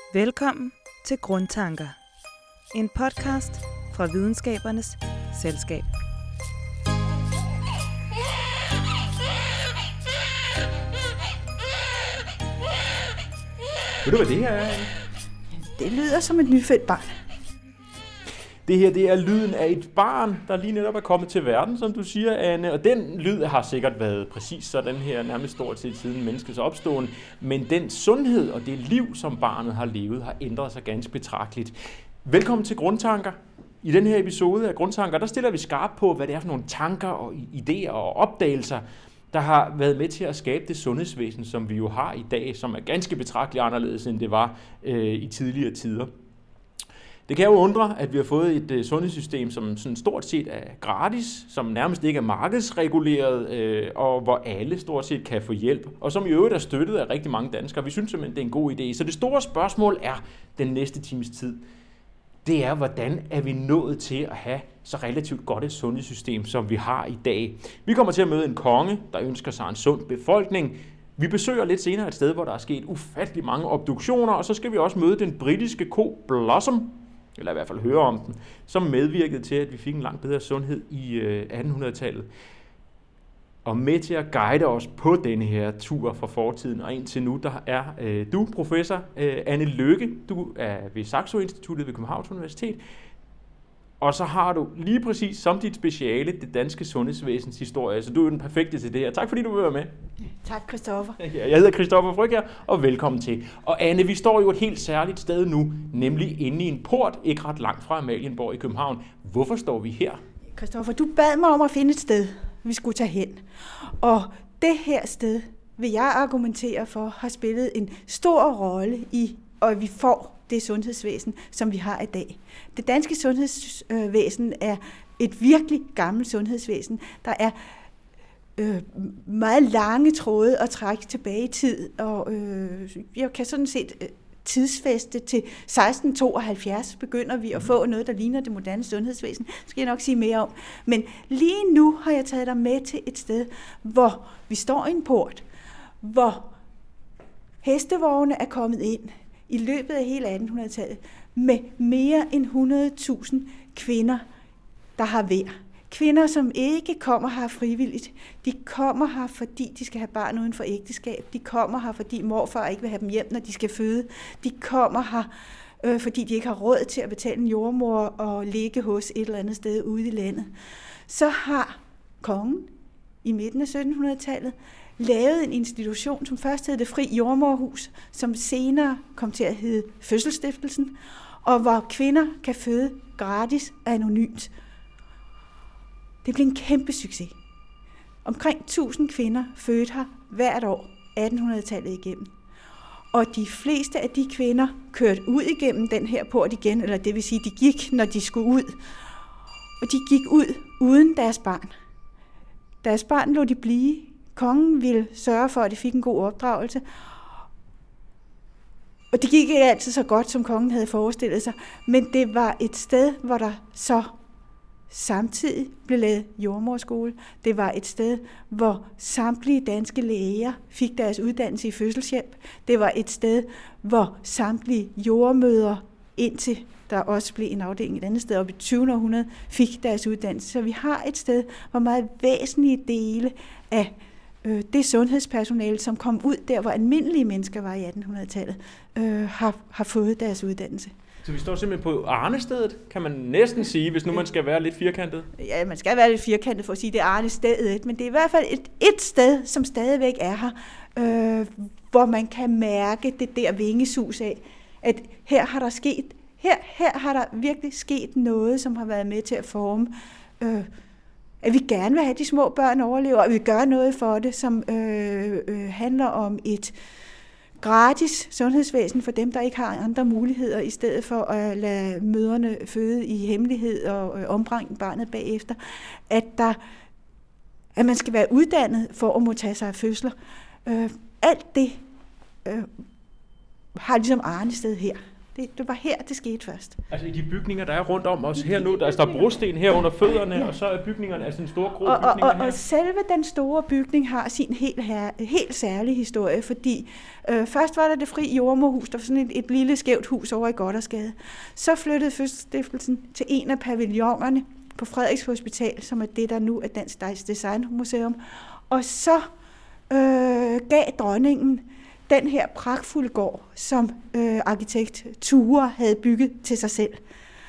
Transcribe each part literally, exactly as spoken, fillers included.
Velkommen til Grundtanker, en podcast fra Videnskabernes Selskab. Ved du, hvad det her er? Det lyder som et nyfødt barn. Det her, det er lyden af et barn, der lige netop er kommet til verden, som du siger, Anne. Og den lyd har sikkert været præcis sådan her, nærmest stort set siden menneskets opståen. Men den sundhed og det liv, som barnet har levet, har ændret sig ganske betragteligt. Velkommen til Grundtanker. I den her episode af Grundtanker, der stiller vi skarpt på, hvad det er for nogle tanker og idéer og opdagelser, der har været med til at skabe det sundhedsvæsen, som vi jo har i dag, som er ganske betragteligt anderledes, end det var øh, i tidligere tider. Det kan jo undre, at vi har fået et øh, sundhedssystem, som sådan stort set er gratis, som nærmest ikke er markedsreguleret, øh, og hvor alle stort set kan få hjælp, og som i øvrigt er støttet af rigtig mange danskere. Vi synes simpelthen, det er en god idé. Så det store spørgsmål er den næste times tid. Det er, hvordan er vi nået til at have så relativt godt et sundhedssystem, som vi har i dag. Vi kommer til at møde en konge, der ønsker sig en sund befolkning. Vi besøger lidt senere et sted, hvor der er sket ufattelig mange obduktioner, og så skal vi også møde den britiske ko Blossom, eller i hvert fald høre om den, som medvirkede til, at vi fik en langt bedre sundhed i attenhundredetallet. Og med til at guide os på denne her tur fra fortiden og indtil nu, der er øh, du, professor øh, Anne Lykke. Du er ved Saxo Instituttet ved Københavns Universitet. Og så har du lige præcis som dit speciale det danske sundhedsvæsens historie. Så du er den perfekte til det her. Tak fordi du vil være med. Tak, Christoffer. Jeg hedder Christoffer Fryg her, og velkommen til. Og Anne, vi står jo et helt særligt sted nu, nemlig inde i en port, ikke ret langt fra Amalienborg i København. Hvorfor står vi her? Christoffer, du bad mig om at finde et sted, vi skulle tage hen. Og det her sted, vil jeg argumentere for, har spillet en stor rolle i, at vi får det sundhedsvæsen, som vi har i dag. Det danske sundhedsvæsen er et virkelig gammelt sundhedsvæsen. Der er øh, meget lange tråde at trække tilbage i tid, og øh, jeg kan sådan set øh, tidsfæste til seksten tooghalvfjerds begynder vi at få noget, der ligner det moderne sundhedsvæsen. Det skal jeg nok sige mere om. Men lige nu har jeg taget dig med til et sted, hvor vi står i en port, hvor hestevogne er kommet ind i løbet af hele attenhundredetallet med mere end hundrede tusind kvinder, der har vejr. Kvinder, som ikke kommer her frivilligt. De kommer her, fordi de skal have barn uden for ægteskab. De kommer her, fordi morfar ikke vil have dem hjem, når de skal føde. De kommer her, øh, fordi de ikke har råd til at betale en jordmor og ligge hos et eller andet sted ude i landet. Så har kongen i midten af syttenhundredetallet lavet en institution, som først hed det Fri Jordmorhus, som senere kom til at hedde Fødselsstiftelsen, og hvor kvinder kan føde gratis og anonymt. Det blev en kæmpe succes. Omkring tusind kvinder fødte her hvert år attenhundredetallet igennem. Og de fleste af de kvinder kørte ud igennem den her port igen, eller det vil sige, de gik, når de skulle ud. Og de gik ud uden deres barn. Deres barn lod de blive. Kongen ville sørge for, at de fik en god opdragelse. Og det gik ikke altid så godt, som kongen havde forestillet sig, men det var et sted, hvor der så samtidig blev lavet jordmorskole. Det var et sted, hvor samtlige danske læger fik deres uddannelse i fødselshjælp. Det var et sted, hvor samtlige jordmødre, indtil der også blev en afdeling et andet sted op i tyvende århundrede, fik deres uddannelse. Så vi har et sted, hvor meget væsentlige dele af øh, det sundhedspersonale, som kom ud der, hvor almindelige mennesker var i attenhundredetallet, øh, har, har fået deres uddannelse. Så vi står simpelthen på Arnestedet, kan man næsten sige, hvis nu man skal være lidt firkantet? Ja, man skal være lidt firkantet for at sige, det er Arnestedet, men det er i hvert fald et, et sted, som stadigvæk er her, øh, hvor man kan mærke det der vingesus af, at her har der sket, her, her har der virkelig sket noget, som har været med til at forme, øh, at vi gerne vil have de små børn overlever, og vi gør noget for det, som øh, øh, handler om et gratis sundhedsvæsen for dem, der ikke har andre muligheder, i stedet for at lade mødrene føde i hemmelighed og øh, ombringe barnet bagefter. At, der, at man skal være uddannet for at modtage sig af fødsler. Øh, alt det øh, har ligesom Arnested her. Det, det var her, det skete først. Altså i de bygninger, der er rundt om os her nu, der står brosten her under fødderne, ja. Og så er bygningerne, altså en stor grå og, bygninger og, og, her. Og selve den store bygning har sin helt, her, helt særlige historie, fordi øh, først var der det fri jordemoderhus, der var sådan et, et lille skævt hus over i Goddersgade. Så flyttede Fødselsstiftelsen til en af pavillonerne på Frederiks Hospital, som er det, der nu er Dansk Designmuseum. Og så øh, gav dronningen den her pragtfulde gård, som øh, arkitekt Ture havde bygget til sig selv.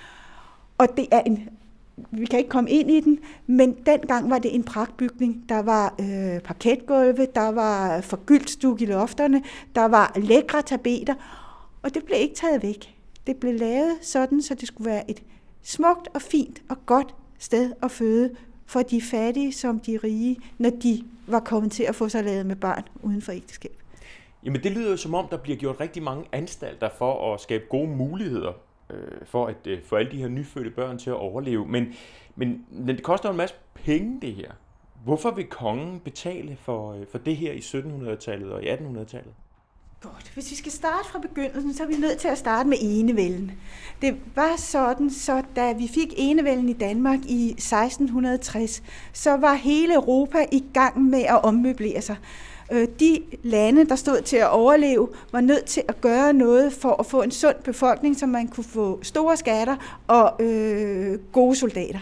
Og det er en, vi kan ikke komme ind i den, men dengang var det en pragtbygning. Der var øh, parketgulve, der var forgyldt stuk i lofterne, der var lækre tapeter, og det blev ikke taget væk. Det blev lavet sådan, så det skulle være et smukt og fint og godt sted at føde for de fattige som de rige, når de var kommet til at få sig lavet med barn uden for ægteskab. Jamen det lyder jo som om, der bliver gjort rigtig mange anstalter for at skabe gode muligheder øh, for at øh, få alle de her nyfødte børn til at overleve. Men, men, men det koster en masse penge, det her. Hvorfor vil kongen betale for, øh, for det her i syttenhundredetallet og i attenhundredetallet? Godt. Hvis vi skal starte fra begyndelsen, så er vi nødt til at starte med enevælden. Det var sådan, så da vi fik enevælden i Danmark i seksten tres, så var hele Europa i gang med at ommøblere sig. De lande, der stod til at overleve, var nødt til at gøre noget for at få en sund befolkning, så man kunne få store skatter og øh, gode soldater.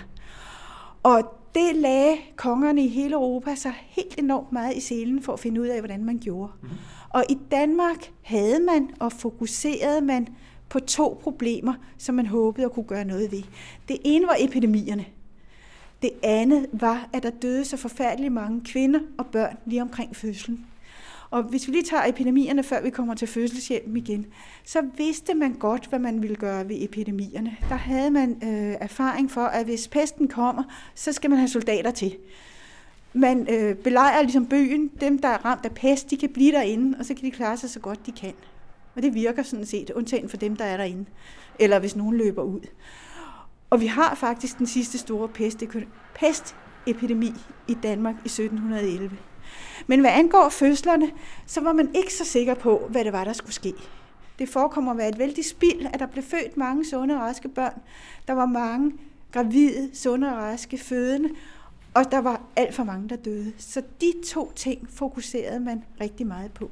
Og det lagde kongerne i hele Europa sig helt enormt meget i selen for at finde ud af, hvordan man gjorde. Mm-hmm. Og i Danmark havde man og fokuserede man på to problemer, som man håbede at kunne gøre noget ved. Det ene var epidemierne. Det andet var, at der døde så forfærdeligt mange kvinder og børn lige omkring fødslen. Og hvis vi lige tager epidemierne, før vi kommer til fødselshjælpen igen, så vidste man godt, hvad man ville gøre ved epidemierne. Der havde man øh, erfaring for, at hvis pesten kommer, så skal man have soldater til. Man øh, belejrer ligesom byen. Dem, der er ramt af pest, de kan blive derinde, og så kan de klare sig så godt de kan. Og det virker sådan set, undtagen for dem, der er derinde. Eller hvis nogen løber ud. Og vi har faktisk den sidste store pestepidemi i Danmark i sytten elleve. Men hvad angår fødslerne, så var man ikke så sikker på, hvad det var, der skulle ske. Det forekommer at være et vældig spild, at der blev født mange sunde og raske børn. Der var mange gravide, sunde og raske fødende, og der var alt for mange, der døde. Så de to ting fokuserede man rigtig meget på.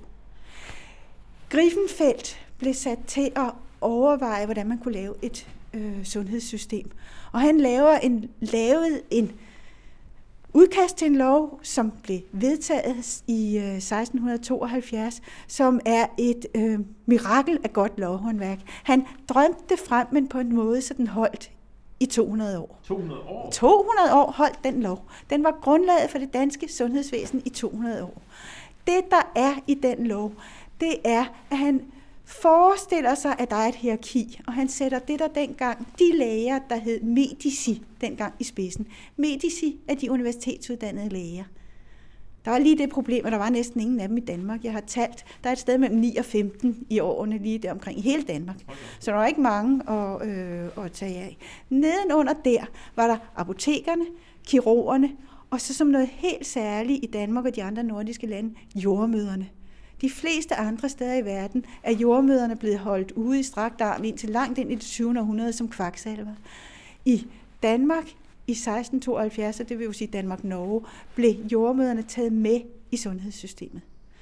Griffenfeldt blev sat til at overveje, hvordan man kunne lave et øh, sundhedssystem. Og han laver en, lavede en udkast til en lov, som blev vedtaget i øh, seksten tooghalvfjerds, som er et øh, mirakel af godt lovhåndværk. Han drømte det frem, men på en måde, så den holdt i to hundrede år. to hundrede år? to hundrede år holdt den lov. Den var grundlaget for det danske sundhedsvæsen i to hundrede år. Det, der er i den lov, det er, at han forestiller sig, at der er et hierarki, og han sætter det der dengang, de læger, der hed Medici dengang i spidsen. Medici er de universitetsuddannede læger. Der var lige det problem, at der var næsten ingen af dem i Danmark. Jeg har talt, der er et sted mellem ni og femten i årene lige der omkring i hele Danmark. Okay. Så der var ikke mange at, øh, at tage af. Nedenunder der var der apotekerne, kirurgerne, og så som noget helt særligt i Danmark og de andre nordiske lande, jordemødrene. De fleste andre steder i verden er jordemødrene blevet holdt ude i strakt arm indtil langt ind i det tyvende århundrede som kvaksalver. I Danmark i seksten tooghalvfjerds, det vil jo sige Danmark-Norge, blev jordemødrene taget med i sundhedssystemet.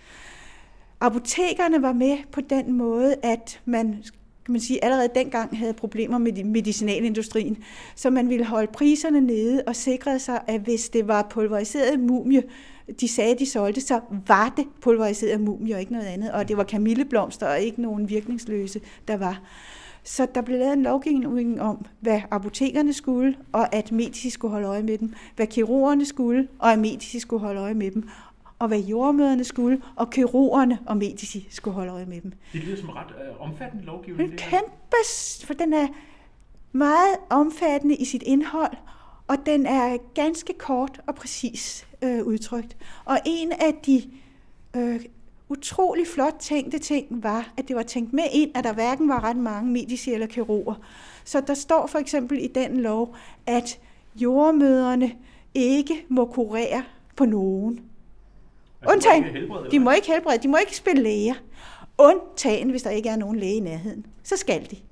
Apotekerne var med på den måde, at man, kan man sige, allerede dengang havde problemer med medicinalindustrien, så man ville holde priserne nede og sikrede sig, at hvis det var pulveriseret mumie, de sagde, de solgte, så var det pulveriseret mumie og ikke noget andet, og det var kamilleblomster og ikke nogen virkningsløse, der var. Så der blev lavet en lovgivning om, hvad apotekerne skulle, og at Medici skulle holde øje med dem, hvad kirurgerne skulle, og at Medici skulle holde øje med dem, og hvad jordemødrene skulle, og kirurgerne og Medici skulle holde øje med dem. Det lyder som ret øh, omfattende lovgivning. En kæmpe, for den er meget omfattende i sit indhold, og den er ganske kort og præcis øh, udtrykt. Og en af de øh, utrolig flot tænkte ting var, at det var tænkt med ind, at der hverken var ret mange medici eller kirurger. Så der står for eksempel i den lov, at jordemødrene ikke må kurere på nogen. Undtagen, de må ikke helbrede, de må ikke spille læger. Undtagen, hvis der ikke er nogen læge i nærheden. Så skal de.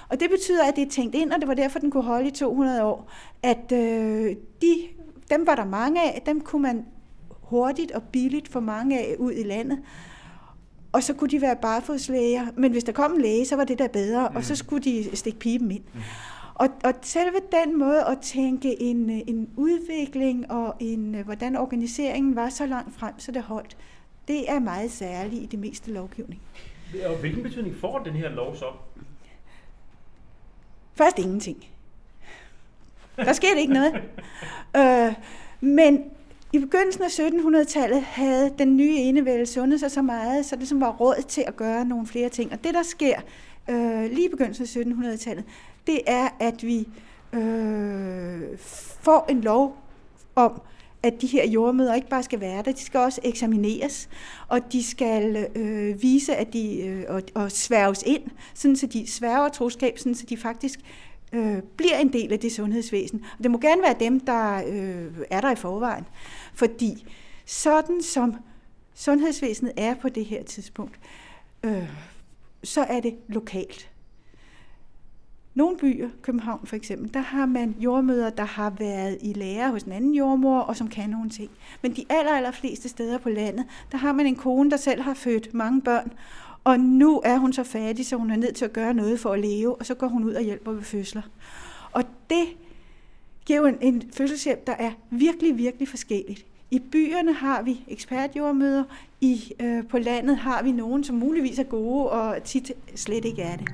Og det betyder, at det er tænkt ind, og det var derfor, den kunne holde i to hundrede år, at øh, de, dem var der mange af, dem kunne man hurtigt og billigt få mange af ud i landet. Og så kunne de være barfodslæger, men hvis der kom en læge, så var det der bedre, mm. og så skulle de stikke piben ind. Mm. Og, og selve den måde at tænke en, en udvikling og en, hvordan organiseringen var så langt frem, så det holdt, det er meget særligt i det meste lovgivning. Og hvilken betydning får den her lov så? Først ingenting. Der skete ikke noget. øh, men i begyndelsen af sytten hundrede-tallet havde den nye enevælde sundet sig så meget, så det som var råd til at gøre nogle flere ting. Og det, der sker øh, lige i begyndelsen af sytten hundrede-tallet, det er, at vi øh, får en lov om, at de her jordemødre ikke bare skal være der, de skal også eksamineres, og de skal øh, vise, at de øh, og, og sværges ind, sådan så de sværger troskab, sådan så de faktisk øh, bliver en del af det sundhedsvæsen. Og det må gerne være dem, der øh, er der i forvejen, fordi sådan som sundhedsvæsenet er på det her tidspunkt, øh, så er det lokalt. Nogle byer, København for eksempel, der har man jordemødre, der har været i lære hos en anden jordmor, og som kan nogle ting. Men de aller, aller fleste steder på landet, der har man en kone, der selv har født mange børn, og nu er hun så fattig, så hun er nødt til at gøre noget for at leve, og så går hun ud og hjælper ved fødsler. Og det giver jo en, en fødselshjælp, der er virkelig, virkelig forskelligt. I byerne har vi ekspertjordemødre, i, øh, på landet har vi nogen, som muligvis er gode, og tit slet ikke er det.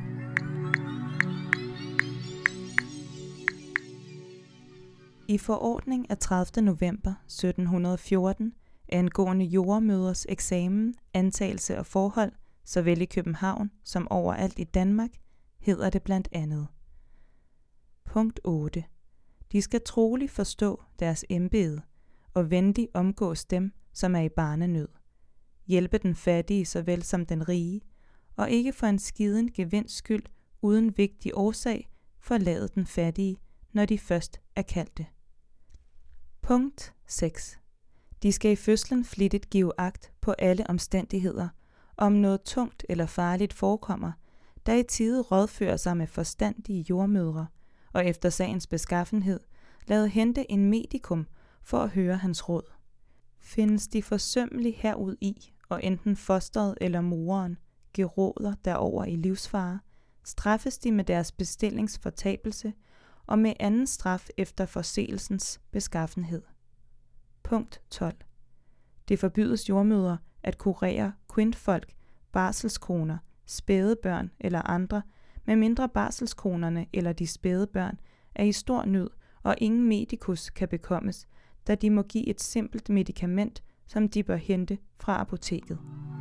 I forordning af tredivte november sytten hundrede og fjorten angående jordemødres eksamen, antagelse og forhold, såvel i København som overalt i Danmark, hedder det blandt andet. Punkt otte. De skal troligt forstå deres embede og venligt omgås dem, som er i barnenød. Hjælpe den fattige såvel som den rige, og ikke for en skiden gevinst skyld uden vigtig årsag forlade den fattige, når de først er kaldte. Punkt seks. De skal i fødslen flittigt give agt på alle omstændigheder, om noget tungt eller farligt forekommer, der i tide rådfører sig med forstandige jordmødre, og efter sagens beskaffenhed lade hente en medikum for at høre hans råd. Findes de forsømmelig herud i, og enten fosteret eller moren geråder derover i livsfare, straffes de med deres bestillingsfortabelse og med anden straf efter forseelsens beskaffenhed. Punkt tolv. Det forbydes jordmødre at kurere kvindfolk, barselskoner, spædebørn eller andre, medmindre barselskonerne eller de spædebørn er i stor nød, og ingen medikus kan bekommes, da de må give et simpelt medikament, som de bør hente fra apoteket.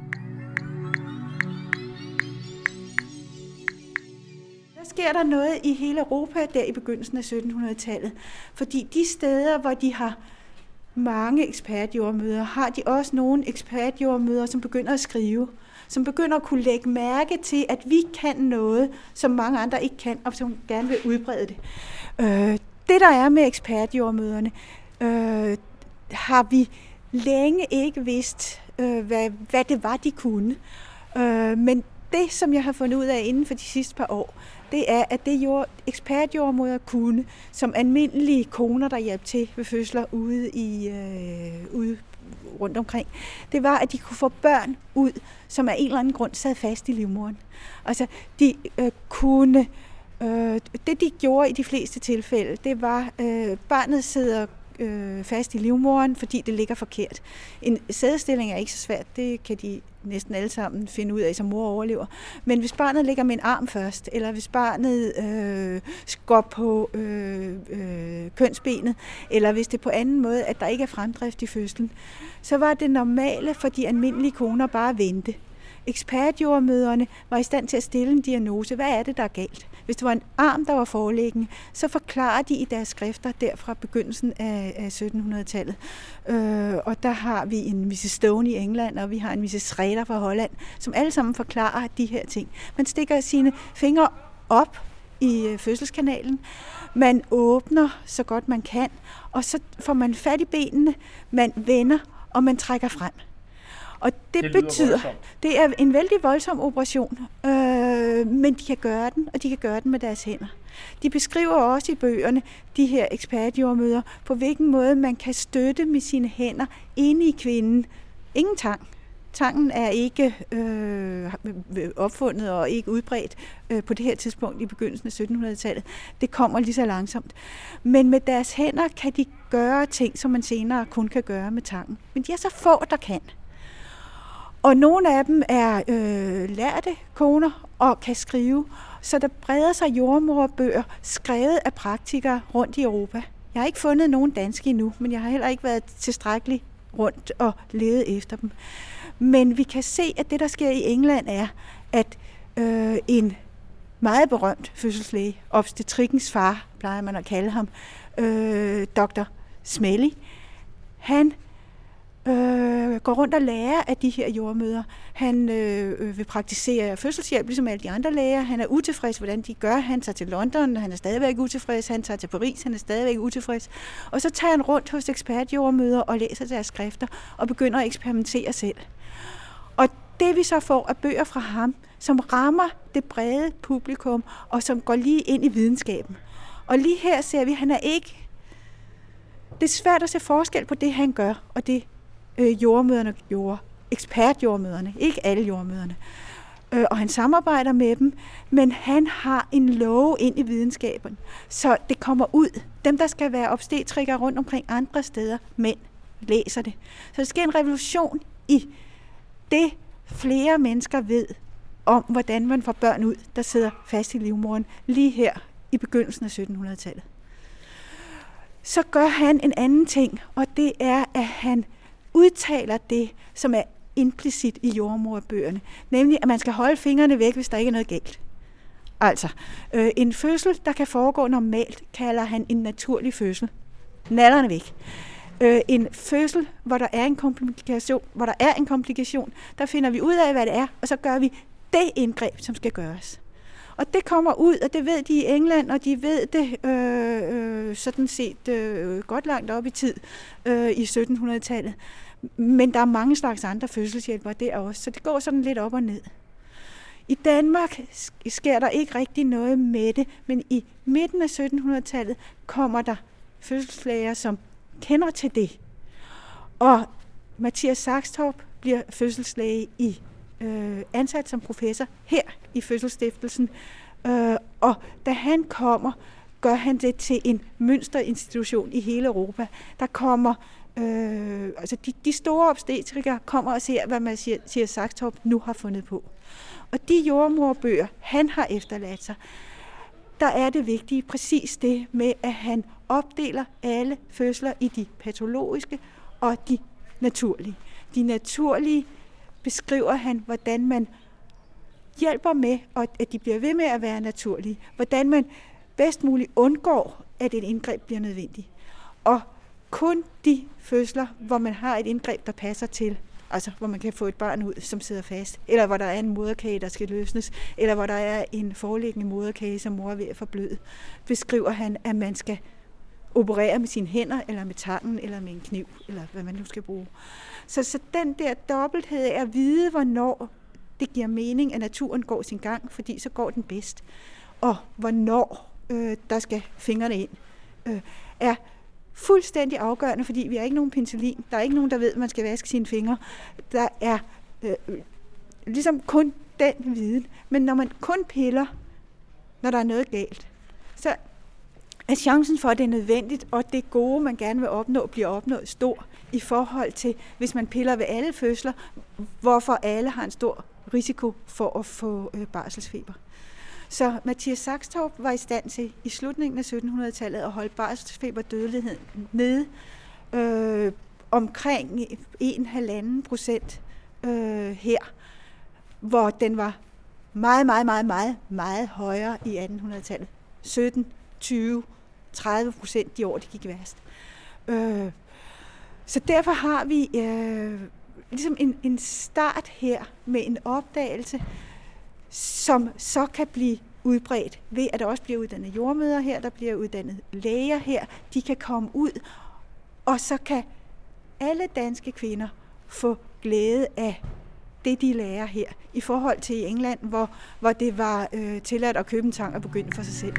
Der sker der noget i hele Europa der i begyndelsen af sytten hundrede-tallet, fordi de steder, hvor de har mange ekspertjordemødre, har de også nogle ekspertjordemødre, som begynder at skrive, som begynder at kunne lægge mærke til, at vi kan noget, som mange andre ikke kan, og som gerne vil udbrede det. Øh, det, der er med ekspertjordemøderne, øh, har vi længe ikke vidst, øh, hvad, hvad det var, de kunne. Øh, men det, som jeg har fundet ud af inden for de sidste par år, det er, at det jord, ekspertjordemødre kunne, som almindelige koner, der hjalp til ved fødsler ude, i, øh, ude rundt omkring, det var, at de kunne få børn ud, som af en eller anden grund sad fast i livmoderen. Altså, de øh, kunne... Øh, det, de gjorde i de fleste tilfælde, det var, øh, barnet sidder øh, fast i livmoderen, fordi det ligger forkert. En sædestilling er ikke så svært, det kan de næsten alle sammen finde ud af, som mor overlever. Men hvis barnet ligger med en arm først, eller hvis barnet øh, går på øh, øh, kønsbenet, eller hvis det på anden måde, at der ikke er fremdrift i fødslen, så var det normale for de almindelige koner bare at vente. Ekspertjordemødrene var i stand til at stille en diagnose. Hvad er det, der er galt? Hvis det var en arm, der var foreliggende, så forklarer de i deres skrifter der fra begyndelsen af, af sytten hundrede-tallet. Øh, og der har vi en missus Stone i England, og vi har en missus Schrader fra Holland, som alle sammen forklarer de her ting. Man stikker sine fingre op i øh, fødselskanalen, man åbner så godt man kan, og så får man fat i benene, man vender, og man trækker frem. Og det, det betyder, voldsomt. Det er en vældig voldsom operation. Øh, øh, men de kan gøre den, og de kan gøre den med deres hænder. De beskriver også i bøgerne, de her ekspertjordmødre, på hvilken måde man kan støtte med sine hænder inde i kvinden. Ingen tang. Tangen er ikke øh, opfundet og ikke udbredt øh, på det her tidspunkt i begyndelsen af syttenhundredetallet. Det kommer lige så langsomt. Men med deres hænder kan de gøre ting, som man senere kun kan gøre med tangen. Men de er så få, der kan. Og nogle af dem er øh, lærte koner og kan skrive, så der breder sig jordmoderbøger skrevet af praktikere rundt i Europa. Jeg har ikke fundet nogen danske endnu, men jeg har heller ikke været tilstrækkeligt rundt og ledet efter dem. Men vi kan se, at det, der sker i England, er, at øh, en meget berømt fødselslæge, obstetrikkens far, plejer man at kalde ham, øh, doktor Smelly, han øh, går rundt og lærer af de her jordmødre. Han øh, vil praktisere fødselshjælp, ligesom alle de andre læger. Han er utilfreds, hvordan de gør. Han tager til London, han er stadigvæk utilfreds. Han tager til Paris, han er stadigvæk utilfreds. Og så tager han rundt hos ekspertjordmødre og læser deres skrifter og begynder at eksperimentere selv. Og det vi så får er bøger fra ham, som rammer det brede publikum, og som går lige ind i videnskaben. Og lige her ser vi, at han er ikke... Det er svært at se forskel på det, han gør, og det øh, jordmøderne gjorde. Ekspertjordmøderne, ikke alle jordmøderne. Øh, og han samarbejder med dem, men han har en love ind i videnskaben, så det kommer ud. Dem, der skal være obstetrikere rundt omkring andre steder, mænd læser det. Så der sker en revolution i det, flere mennesker ved om, hvordan man får børn ud, der sidder fast i livmoderen, lige her i begyndelsen af syttenhundredetallet. Så gør han en anden ting, og det er, at han udtaler det, som er implicit i jordmoderbøgerne, nemlig at man skal holde fingrene væk, hvis der ikke er noget galt. Altså, øh, en fødsel, der kan foregå normalt, kalder han en naturlig fødsel. Nallerne væk. Øh, en fødsel, hvor der er en komplikation, hvor der er en komplikation, der finder vi ud af, hvad det er, og så gør vi det indgreb, som skal gøres. Og det kommer ud, og det ved de i England, og de ved det øh, øh, sådan set øh, godt langt op i tid øh, i syttenhundredetallet. Men der er mange slags andre fødselshjælpere der også, så det går sådan lidt op og ned. I Danmark sker der ikke rigtig noget med det, men i midten af syttenhundredetallet kommer der fødselslæger, som kender til det. Og Mathias Saxtorp bliver fødselslæge i øh, ansat som professor her i Fødselsstiftelsen. Øh, og da han kommer, gør han det til en mønsterinstitution i hele Europa. Der kommer øh, altså de, de store obstetrikere kommer og ser, hvad Mathias Saxtorp nu har fundet på. Og de jordmoderbøger, han har efterladt sig, der er det vigtige præcis det med, at han opdeler alle fødsler i de patologiske og de naturlige. De naturlige beskriver han, hvordan man hjælper med, at de bliver ved med at være naturlige. Hvordan man bedst muligt undgår, at et indgreb bliver nødvendigt. Og kun de fødsler, hvor man har et indgreb, der passer til, altså hvor man kan få et barn ud, som sidder fast, eller hvor der er en moderkage, der skal løsnes, eller hvor der er en foreliggende moderkage, som mor er ved at forbløde, beskriver han, at man skal operere med sine hænder, eller med tangen, eller med en kniv, eller hvad man nu skal bruge. Så, så den der dobbelthed af at vide, hvornår det giver mening, at naturen går sin gang, fordi så går den bedst, og hvornår øh, der skal fingrene ind, øh, er fuldstændig afgørende, fordi vi har ikke nogen penicillin. Der er ikke nogen, der ved, at man skal vaske sine fingre. Der er øh, ligesom kun den viden. Men når man kun piller, når der er noget galt, så er chancen for, at det er nødvendigt, og det gode, man gerne vil opnå, bliver opnået stor i forhold til, hvis man piller ved alle fødsler, hvorfor alle har en stor risiko for at få øh, barselsfeber. Så Mathias Saxtorp var i stand til i slutningen af syttenhundredetallet at holde barselsfeberdødeligheden nede øh, omkring en komma fem procent øh, her, hvor den var meget, meget, meget, meget, meget højere i attenhundredetallet. sytten, tyve, tredive procent de år, det gik værst. Øh, så derfor har vi øh, ligesom en, en start her med en opdagelse, som så kan blive udbredt ved, at der også bliver uddannet jordmødre her, der bliver uddannet læger her, de kan komme ud, og så kan alle danske kvinder få glæde af det, de lærer her, i forhold til i England, hvor, hvor det var øh, tilladt at købe en tang og begynde for sig selv.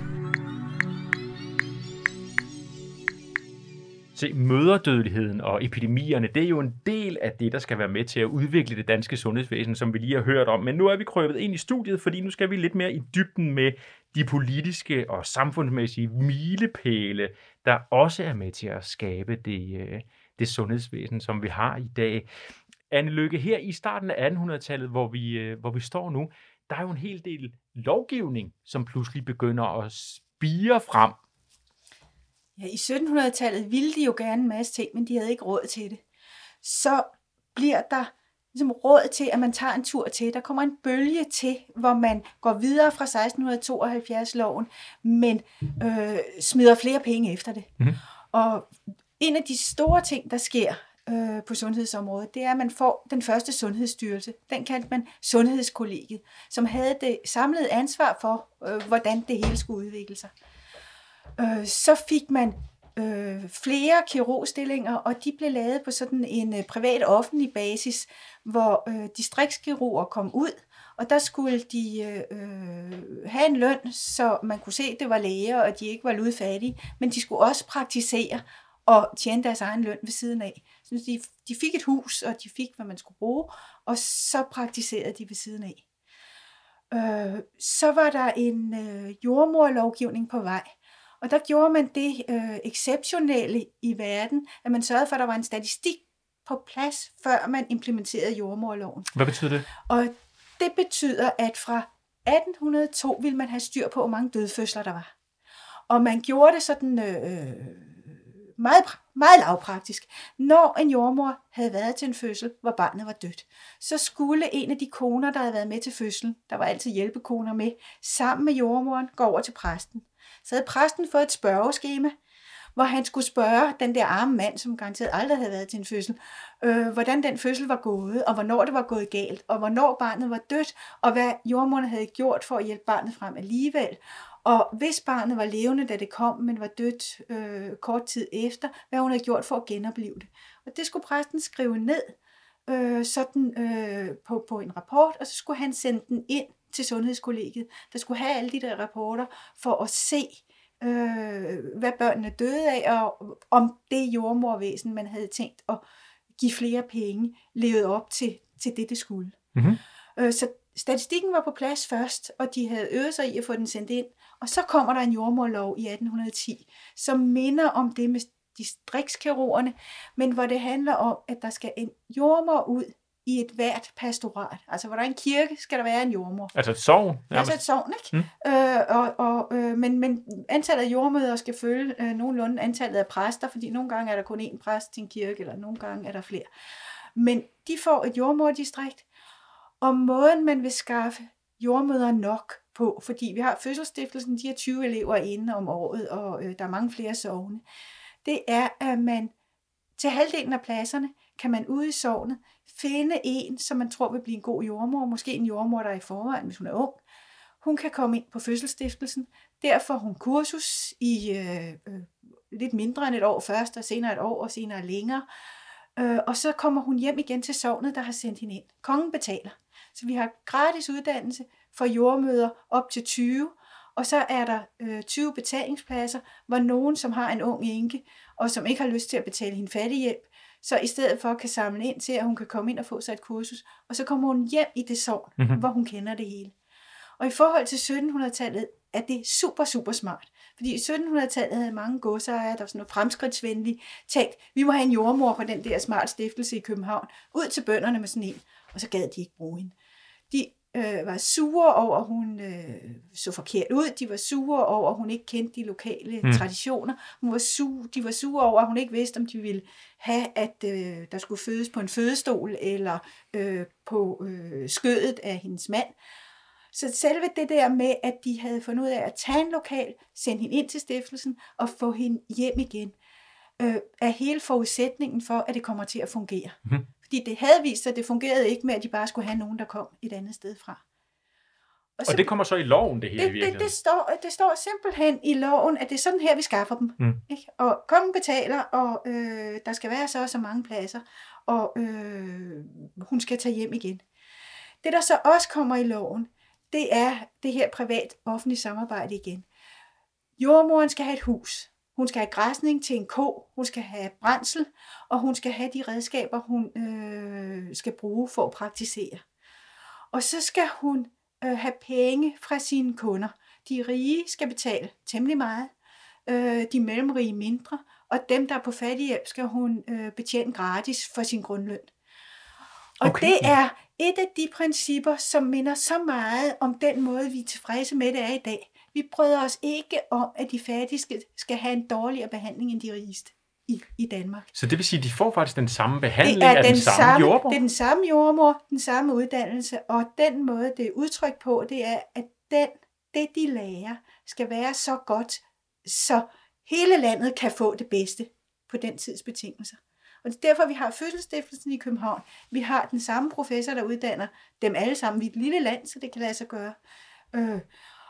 Se, mødredødeligheden og epidemierne, det er jo en del af det, der skal være med til at udvikle det danske sundhedsvæsen, som vi lige har hørt om. Men nu er vi krøbet ind i studiet, fordi nu skal vi lidt mere i dybden med de politiske og samfundsmæssige milepæle, der også er med til at skabe det, det sundhedsvæsen, som vi har i dag. Anne Lykke, her i starten af attenhundredetallet, hvor vi, hvor vi står nu, der er jo en hel del lovgivning, som pludselig begynder at spire frem. Ja, i syttenhundredetallet ville de jo gerne en masse ting, men de havde ikke råd til det. Så bliver der ligesom råd til, at man tager en tur til. Der kommer en bølge til, hvor man går videre fra seksten tooghalvfjerds-loven, men øh, smider flere penge efter det. Mm. Og en af de store ting, der sker øh, på sundhedsområdet, det er, at man får den første sundhedsstyrelse. Den kaldte man Sundhedskollegiet, som havde det samlede ansvar for, øh, hvordan det hele skulle udvikle sig. Øh, så fik man øh, flere kirurgstillinger, og de blev lavet på sådan en øh, privat-offentlig basis, hvor øh, distriktskirurger kom ud, og der skulle de øh, have en løn, så man kunne se, at det var læger, og de ikke var ludfattige, men de skulle også praktisere og tjene deres egen løn ved siden af. Så de, de fik et hus, og de fik, hvad man skulle bruge, og så praktiserede de ved siden af. Øh, så var der en øh, jordmorlovgivning på vej, og der gjorde man det øh, exceptionelle i verden, at man sørgede for, at der var en statistik på plads, før man implementerede jordmorloven. Hvad betyder det? Og det betyder, at fra atten hundrede og to ville man have styr på, hvor mange dødfødsler der var. Og man gjorde det sådan øh, meget, meget lavpraktisk. Når en jordmor havde været til en fødsel, hvor barnet var dødt, så skulle en af de koner, der havde været med til fødslen, der var altid hjælpekoner med, sammen med jordmoren gå over til præsten. Så havde præsten fået et spørgeskema, hvor han skulle spørge den der arme mand, som garanteret aldrig havde været til en fødsel, øh, hvordan den fødsel var gået, og hvornår det var gået galt, og hvornår barnet var dødt, og hvad jordmoren havde gjort for at hjælpe barnet frem alligevel. Og hvis barnet var levende, da det kom, men var dødt øh, kort tid efter, hvad hun havde gjort for at genopleve det. Og det skulle præsten skrive ned øh, sådan, øh, på, på en rapport, og så skulle han sende den ind til Sundhedskollegiet, der skulle have alle de der rapporter for at se, øh, hvad børnene døde af, og om det jordmorvæsen, man havde tænkt at give flere penge, levede op til, til det, det skulle. Mm-hmm. Øh, så statistikken var på plads først, og de havde øvet sig i at få den sendt ind, og så kommer der en jordmorlov i atten hundrede og ti, som minder om det med distriktskirurgerne, men hvor det handler om, at der skal en jordmor ud i et hvert pastorat. Altså, hvor der er en kirke, skal der være en jordmor. Altså et sogn? Altså et sogn, ikke? Mm. Øh, og, og, øh, men, men antallet af jordmødre skal følge øh, nogenlunde antallet af præster, fordi nogle gange er der kun én præst til en kirke, eller nogle gange er der flere. Men de får et jordmordistrikt, og måden, man vil skaffe jordmødre nok på, fordi vi har Fødselsstiftelsen, de har tyve elever inde om året, og øh, der er mange flere sogne, det er, at man til halvdelen af pladserne kan man ude i sognet finde en, som man tror vil blive en god jordmor, måske en jordmor, der er i forvejen, hvis hun er ung. Hun kan komme ind på Fødselsstiftelsen, der får hun kursus i øh, øh, lidt mindre end et år først, og senere et år, og senere længere. Øh, og så kommer hun hjem igen til sognet, der har sendt hende ind. Kongen betaler. Så vi har gratis uddannelse for jordmødre op til tyve, og så er der øh, tyve betalingspladser, hvor nogen, som har en ung enke, og som ikke har lyst til at betale hende fattighjælp, så i stedet for kan samle ind til, at hun kan komme ind og få sig et kursus, og så kommer hun hjem i det sogn, mm-hmm. hvor hun kender det hele. Og i forhold til syttenhundredetallet er det super, super smart. Fordi i syttenhundredetallet havde mange godsejere, der var sådan noget fremskridtsvenlige, tænkt, vi må have en jordmor på den der smart stiftelse i København, ud til bønderne med sådan en, og så gad de ikke bruge hende. De øh, var sure over, at hun øh, så forkert ud, de var sure over, at hun ikke kendte de lokale mm. traditioner, hun var sure, de var sure over, at hun ikke vidste, om de ville have, at øh, der skulle fødes på en fødestol, eller øh, på øh, skødet af hendes mand. Så selve det der med, at de havde fundet ud af at tage en lokal, sende hende ind til stiftelsen og få hende hjem igen, øh, er hele forudsætningen for, at det kommer til at fungere. Mm. Fordi det havde vist sig, at det fungerede ikke med, at de bare skulle have nogen, der kom et andet sted fra. Og, så, og det kommer så i loven, det hele det, i virkeligheden? Det, det, står, det står simpelthen i loven, at det er sådan her, vi skaffer dem. Mm. Ikke? Og kongen betaler, og øh, der skal være så og så mange pladser, og øh, hun skal tage hjem igen. Det, der så også kommer i loven, det er det her privat-offentlige samarbejde igen. Jordmoren skal have et hus. Hun skal have græsning til en ko, hun skal have brændsel, og hun skal have de redskaber, hun øh, skal bruge for at praktisere. Og så skal hun øh, have penge fra sine kunder. De rige skal betale temmelig meget, øh, de mellemrige mindre, og dem, der er på fattighjælp, skal hun øh, betjene gratis for sin grundløn. Og okay. Det er et af de principper, som minder så meget om den måde, vi er tilfredse med det er i dag. Vi bryder os ikke om, at de fattige skal have en dårligere behandling end de rigeste i, i Danmark. Så det vil sige, at de får faktisk den samme behandling af den, den den samme, samme jordmor? Det er den samme jordmor, den samme uddannelse, og den måde, det er udtrykt på, det er, at den, det, de lærer, skal være så godt, så hele landet kan få det bedste på den tids betingelser. Og det er derfor, vi har Fødselsstiftelsen i København. Vi har den samme professor, der uddanner dem alle sammen. Vi er et lille land, så det kan lade sig gøre. Øh,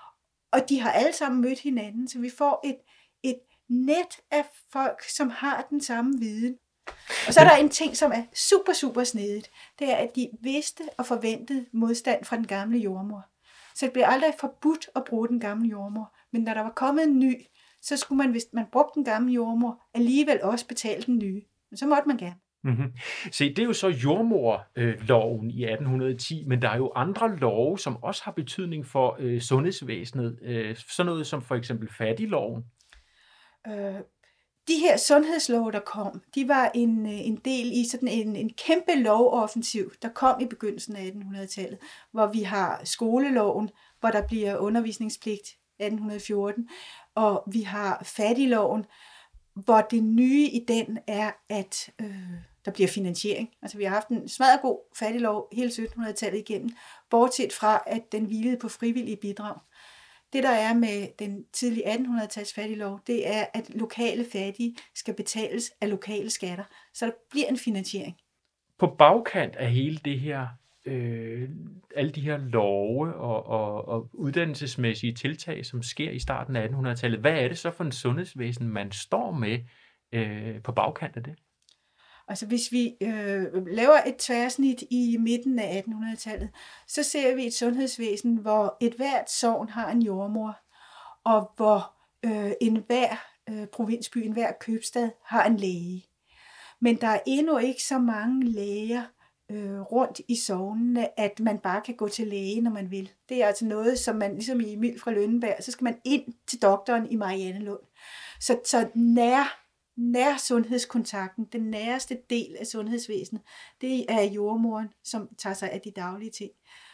og de har alle sammen mødt hinanden, så vi får et, et net af folk, som har den samme viden. Og så er der en ting, som er super, super snedigt. Det er, at de vidste og forventede modstand fra den gamle jordmor. Så det blev aldrig forbudt at bruge den gamle jordmor. Men når der var kommet en ny, så skulle man, hvis man brugte den gamle jordmor, alligevel også betale den nye. Men så måtte man gerne. Mm-hmm. Se, det er jo så jordmorloven i atten ti, men der er jo andre love, som også har betydning for øh, sundhedsvæsenet. Øh, sådan noget som for eksempel fattigloven. Øh, de her sundhedslove, der kom, de var en, en del i sådan en, en kæmpe lovoffensiv, der kom i begyndelsen af attenhundredetallet, hvor vi har skoleloven, hvor der bliver undervisningspligt atten fjorten, og vi har fattigloven, hvor det nye i den er, at øh, der bliver finansiering. Altså vi har haft en smadret god fattiglov hele syttenhundredetallet igennem, bortset fra, at den hvilede på frivillige bidrag. Det, der er med den tidlige attenhundredetals fattiglov, det er, at lokale fattige skal betales af lokale skatter. Så der bliver en finansiering. På bagkant af hele det her, øh, alle de her love og, og, og uddannelsesmæssige tiltag, som sker i starten af attenhundredetallet, hvad er det så for en sundhedsvæsen, man står med øh, på bagkant af det? Altså hvis vi øh, laver et tværsnit i midten af attenhundredetallet, så ser vi et sundhedsvæsen, hvor et hvert sogn har en jordmor, og hvor øh, enhver øh, provinsby, enhver købstad har en læge. Men der er endnu ikke så mange læger øh, rundt i sognene, at man bare kan gå til læge, når man vil. Det er altså noget, som man, ligesom i Emil fra Lønneberg, så skal man ind til doktoren i Mariannelund. Så, så nær Nær sundhedskontakten, den næreste del af sundhedsvæsenet, det er jordmoren, som tager sig af de daglige ting.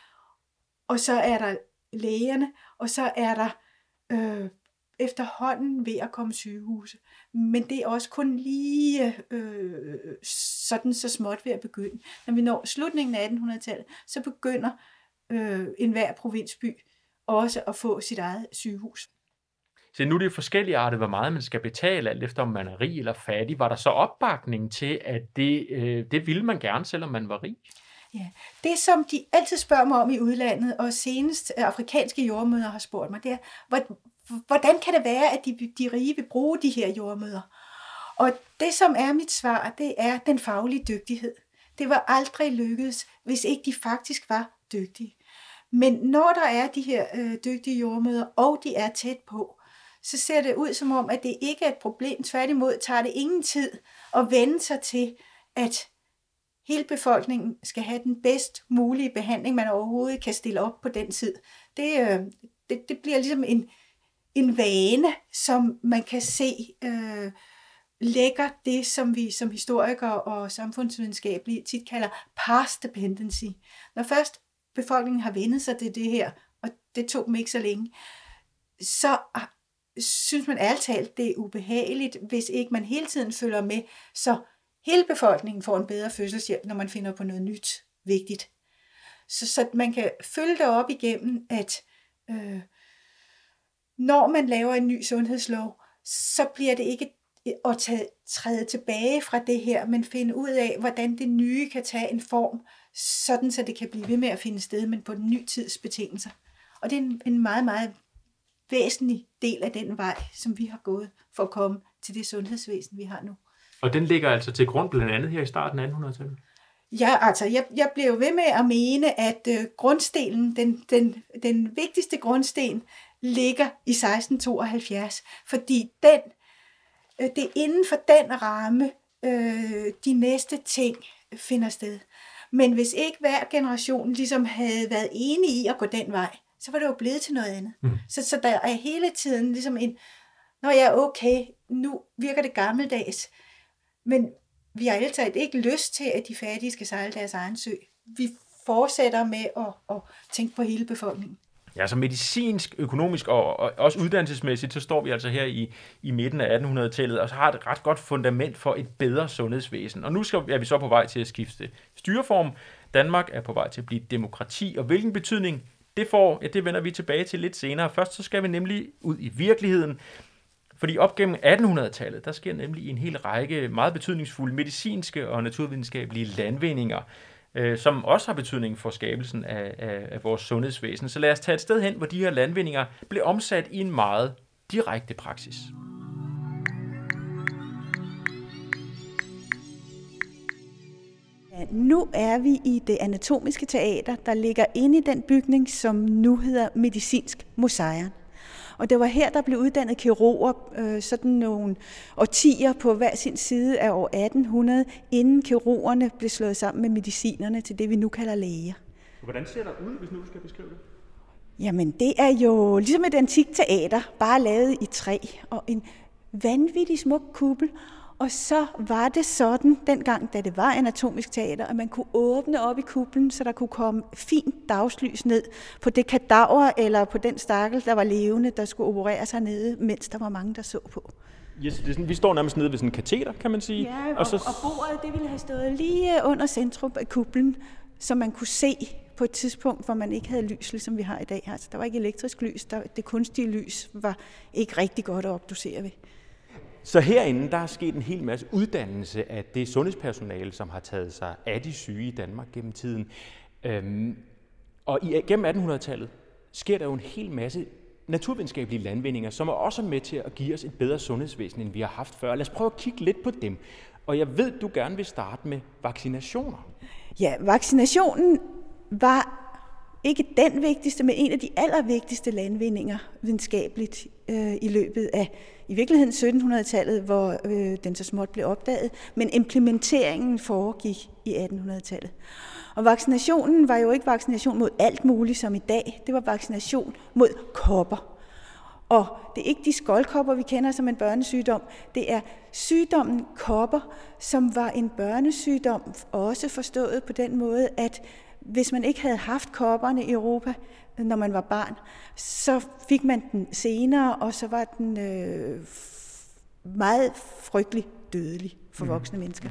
Og så er der lægerne, og så er der øh, efterhånden ved at komme sygehuse. Men det er også kun lige øh, sådan så småt ved at begynde. Når vi når slutningen af attenhundredetallet, så begynder øh, enhver provinsby også at få sit eget sygehus. Så nu er det jo forskellige arter, hvor meget man skal betale, alt efter om man er rig eller fattig. Var der så opbakning til, at det, øh, det ville man gerne, selvom man var rig? Ja, det som de altid spørger mig om i udlandet, og senest afrikanske jordmødre har spurgt mig, det er, hvordan kan det være, at de, de rige vil bruge de her jordmødre? Og det som er mit svar, det er den faglige dygtighed. Det var aldrig lykkedes, hvis ikke de faktisk var dygtige. Men når der er de her øh, dygtige jordmødre, og de er tæt på, så ser det ud som om, at det ikke er et problem. Tværtimod tager det ingen tid at vende sig til, at hele befolkningen skal have den bedst mulige behandling, man overhovedet kan stille op på den tid. Det, øh, det, det bliver ligesom en, en vane, som man kan se øh, lægger det, som vi som historikere og samfundsvidenskabelige tit kalder past dependency. Når først befolkningen har vendt sig til det her, og det tog dem ikke så længe, så synes man ærligt talt, det er ubehageligt, hvis ikke man hele tiden følger med, så hele befolkningen får en bedre fødselshjælp, når man finder på noget nyt vigtigt. Så, så man kan følge det op igennem, at øh, når man laver en ny sundhedslov, så bliver det ikke at tage, træde tilbage fra det her, men finde ud af, hvordan det nye kan tage en form, sådan så det kan blive ved med at finde sted, men på den nye tids betingelser. Og det er en, en meget, meget væsentlig del af den vej, som vi har gået for at komme til det sundhedsvæsen, vi har nu. Og den ligger altså til grund blandt andet her i starten af attenhundredetallet? Ja, altså, jeg, jeg blev ved med at mene, at øh, grundstenen, den, den, den vigtigste grundsten, ligger i seksten tooghalvfjerds, fordi den, øh, det er inden for den ramme, øh, de næste ting finder sted. Men hvis ikke hver generation ligesom havde været enige i at gå den vej, så var det jo blevet til noget andet. Mm. Så, så der er hele tiden ligesom en, når jeg er okay, nu virker det gammeldags, men vi har altid ikke lyst til, at de fattige skal sejle deres egen sø. Vi fortsætter med at, at tænke på hele befolkningen. Ja, så medicinsk, økonomisk og, og også uddannelsesmæssigt, så står vi altså her i, i midten af attenhundredetallet, og så har et ret godt fundament for et bedre sundhedsvæsen. Og nu skal, er vi så på vej til at skifte styreform. Danmark er på vej til at blive demokrati, og hvilken betydning det får, ja, det vender vi tilbage til lidt senere. Først så skal vi nemlig ud i virkeligheden, fordi op gennem attenhundredetallet, der sker nemlig en hel række meget betydningsfulde medicinske og naturvidenskabelige landvindinger, øh, som også har betydning for skabelsen af, af, af vores sundhedsvæsen. Så lad os tage et sted hen, hvor de her landvindinger blev omsat i en meget direkte praksis. Ja, nu er vi i det anatomiske teater, der ligger inde i den bygning, som nu hedder Medicinsk Museum. Og det var her, der blev uddannet kirurger, øh, sådan nogle årtier på hver sin side af år atten hundrede, inden kirurgerne blev slået sammen med medicinerne til det, vi nu kalder læger. Hvordan ser der ud, hvis nu du skal beskrive det? Jamen, det er jo ligesom et antikt teater, bare lavet i træ, og en vanvittig smuk kuppel. Og så var det sådan, dengang, da det var anatomisk teater, at man kunne åbne op i kuplen, så der kunne komme fint dagslys ned på det kadaver eller på den stakkel, der var levende, der skulle opereres hernede, mens der var mange, der så på. Yes, det er sådan, vi står nærmest nede ved sådan en kateter, kan man sige. Ja, og, og, så... og bordet, det ville have stået lige under centrum af kuplen, så man kunne se på et tidspunkt, hvor man ikke havde lys, ligesom vi har i dag. Altså, der var ikke elektrisk lys, der, det kunstige lys var ikke rigtig godt at obducere ved. Så herinde, der er sket en hel masse uddannelse af det sundhedspersonale, som har taget sig af de syge i Danmark gennem tiden. Øhm, og i, gennem attenhundredetallet sker der jo en hel masse naturvidenskabelige landvindinger, som er også med til at give os et bedre sundhedsvæsen, end vi har haft før. Lad os prøve at kigge lidt på dem. Og jeg ved, du gerne vil starte med vaccinationer. Ja, vaccinationen var ikke den vigtigste, men en af de allervigtigste landvindinger videnskabeligt øh, i løbet af i virkeligheden syttenhundredetallet, hvor øh, den så småt blev opdaget, men implementeringen foregik i attenhundredetallet. Og vaccinationen var jo ikke vaccination mod alt muligt som i dag, det var vaccination mod kopper. Og det er ikke de skoldkopper, vi kender som en børnesygdom, det er sygdommen kopper, som var en børnesygdom, også forstået på den måde, at hvis man ikke havde haft kopperne i Europa, når man var barn, så fik man den senere, og så var den øh, meget frygtelig dødelig for voksne mennesker.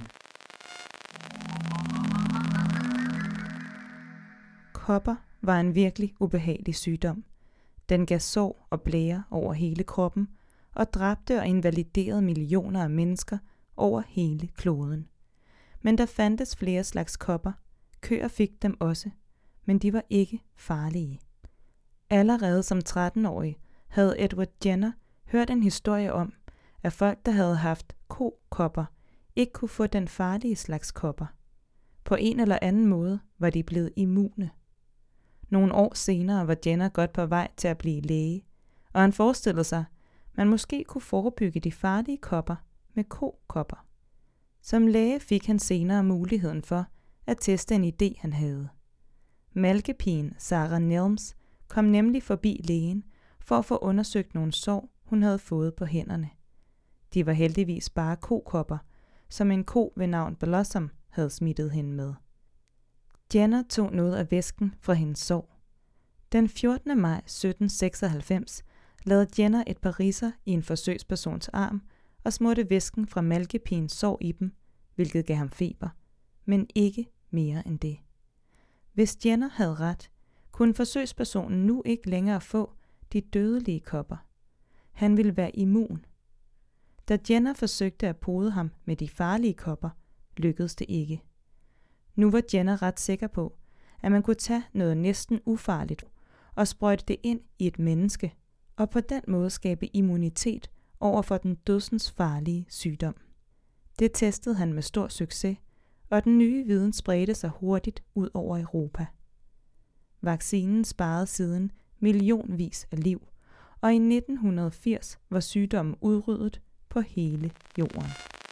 Kopper var en virkelig ubehagelig sygdom. Den gav sår og blære over hele kroppen og dræbte og invaliderede millioner af mennesker over hele kloden. Men der fandtes flere slags kopper. Køer fik dem også, men de var ikke farlige. Allerede som tretten-årig havde Edward Jenner hørt en historie om, at folk, der havde haft kokopper, ikke kunne få den farlige slags kopper. På en eller anden måde var de blevet immune. Nogle år senere var Jenner godt på vej til at blive læge, og han forestillede sig, at man måske kunne forebygge de farlige kopper med kokopper. Som læge fik han senere muligheden for at teste en idé, han havde. Malkepigen Sarah Nelms kom nemlig forbi lægen for at få undersøgt nogle sår, hun havde fået på hænderne. De var heldigvis bare kokopper, som en ko ved navn Blossom havde smittet hende med. Jenner tog noget af væsken fra hendes sår. Den fjortende maj sytten seksoghalvfems lavede Jenner et par ridser i en forsøgspersons arm og smurte væsken fra malkepigens sår i dem, hvilket gav ham feber, men ikke mere end det. Hvis Jenner havde ret, kunne forsøgspersonen nu ikke længere få de dødelige kopper. Han ville være immun. Da Jenner forsøgte at pode ham med de farlige kopper, lykkedes det ikke. Nu var Jenner ret sikker på, at man kunne tage noget næsten ufarligt og sprøjte det ind i et menneske, og på den måde skabe immunitet over for den dødsensfarlige sygdom. Det testede han med stor succes, og den nye viden spredte sig hurtigt ud over Europa. Vaccinen sparede siden millionvis af liv, og i nitten firs var sygdommen udryddet på hele jorden.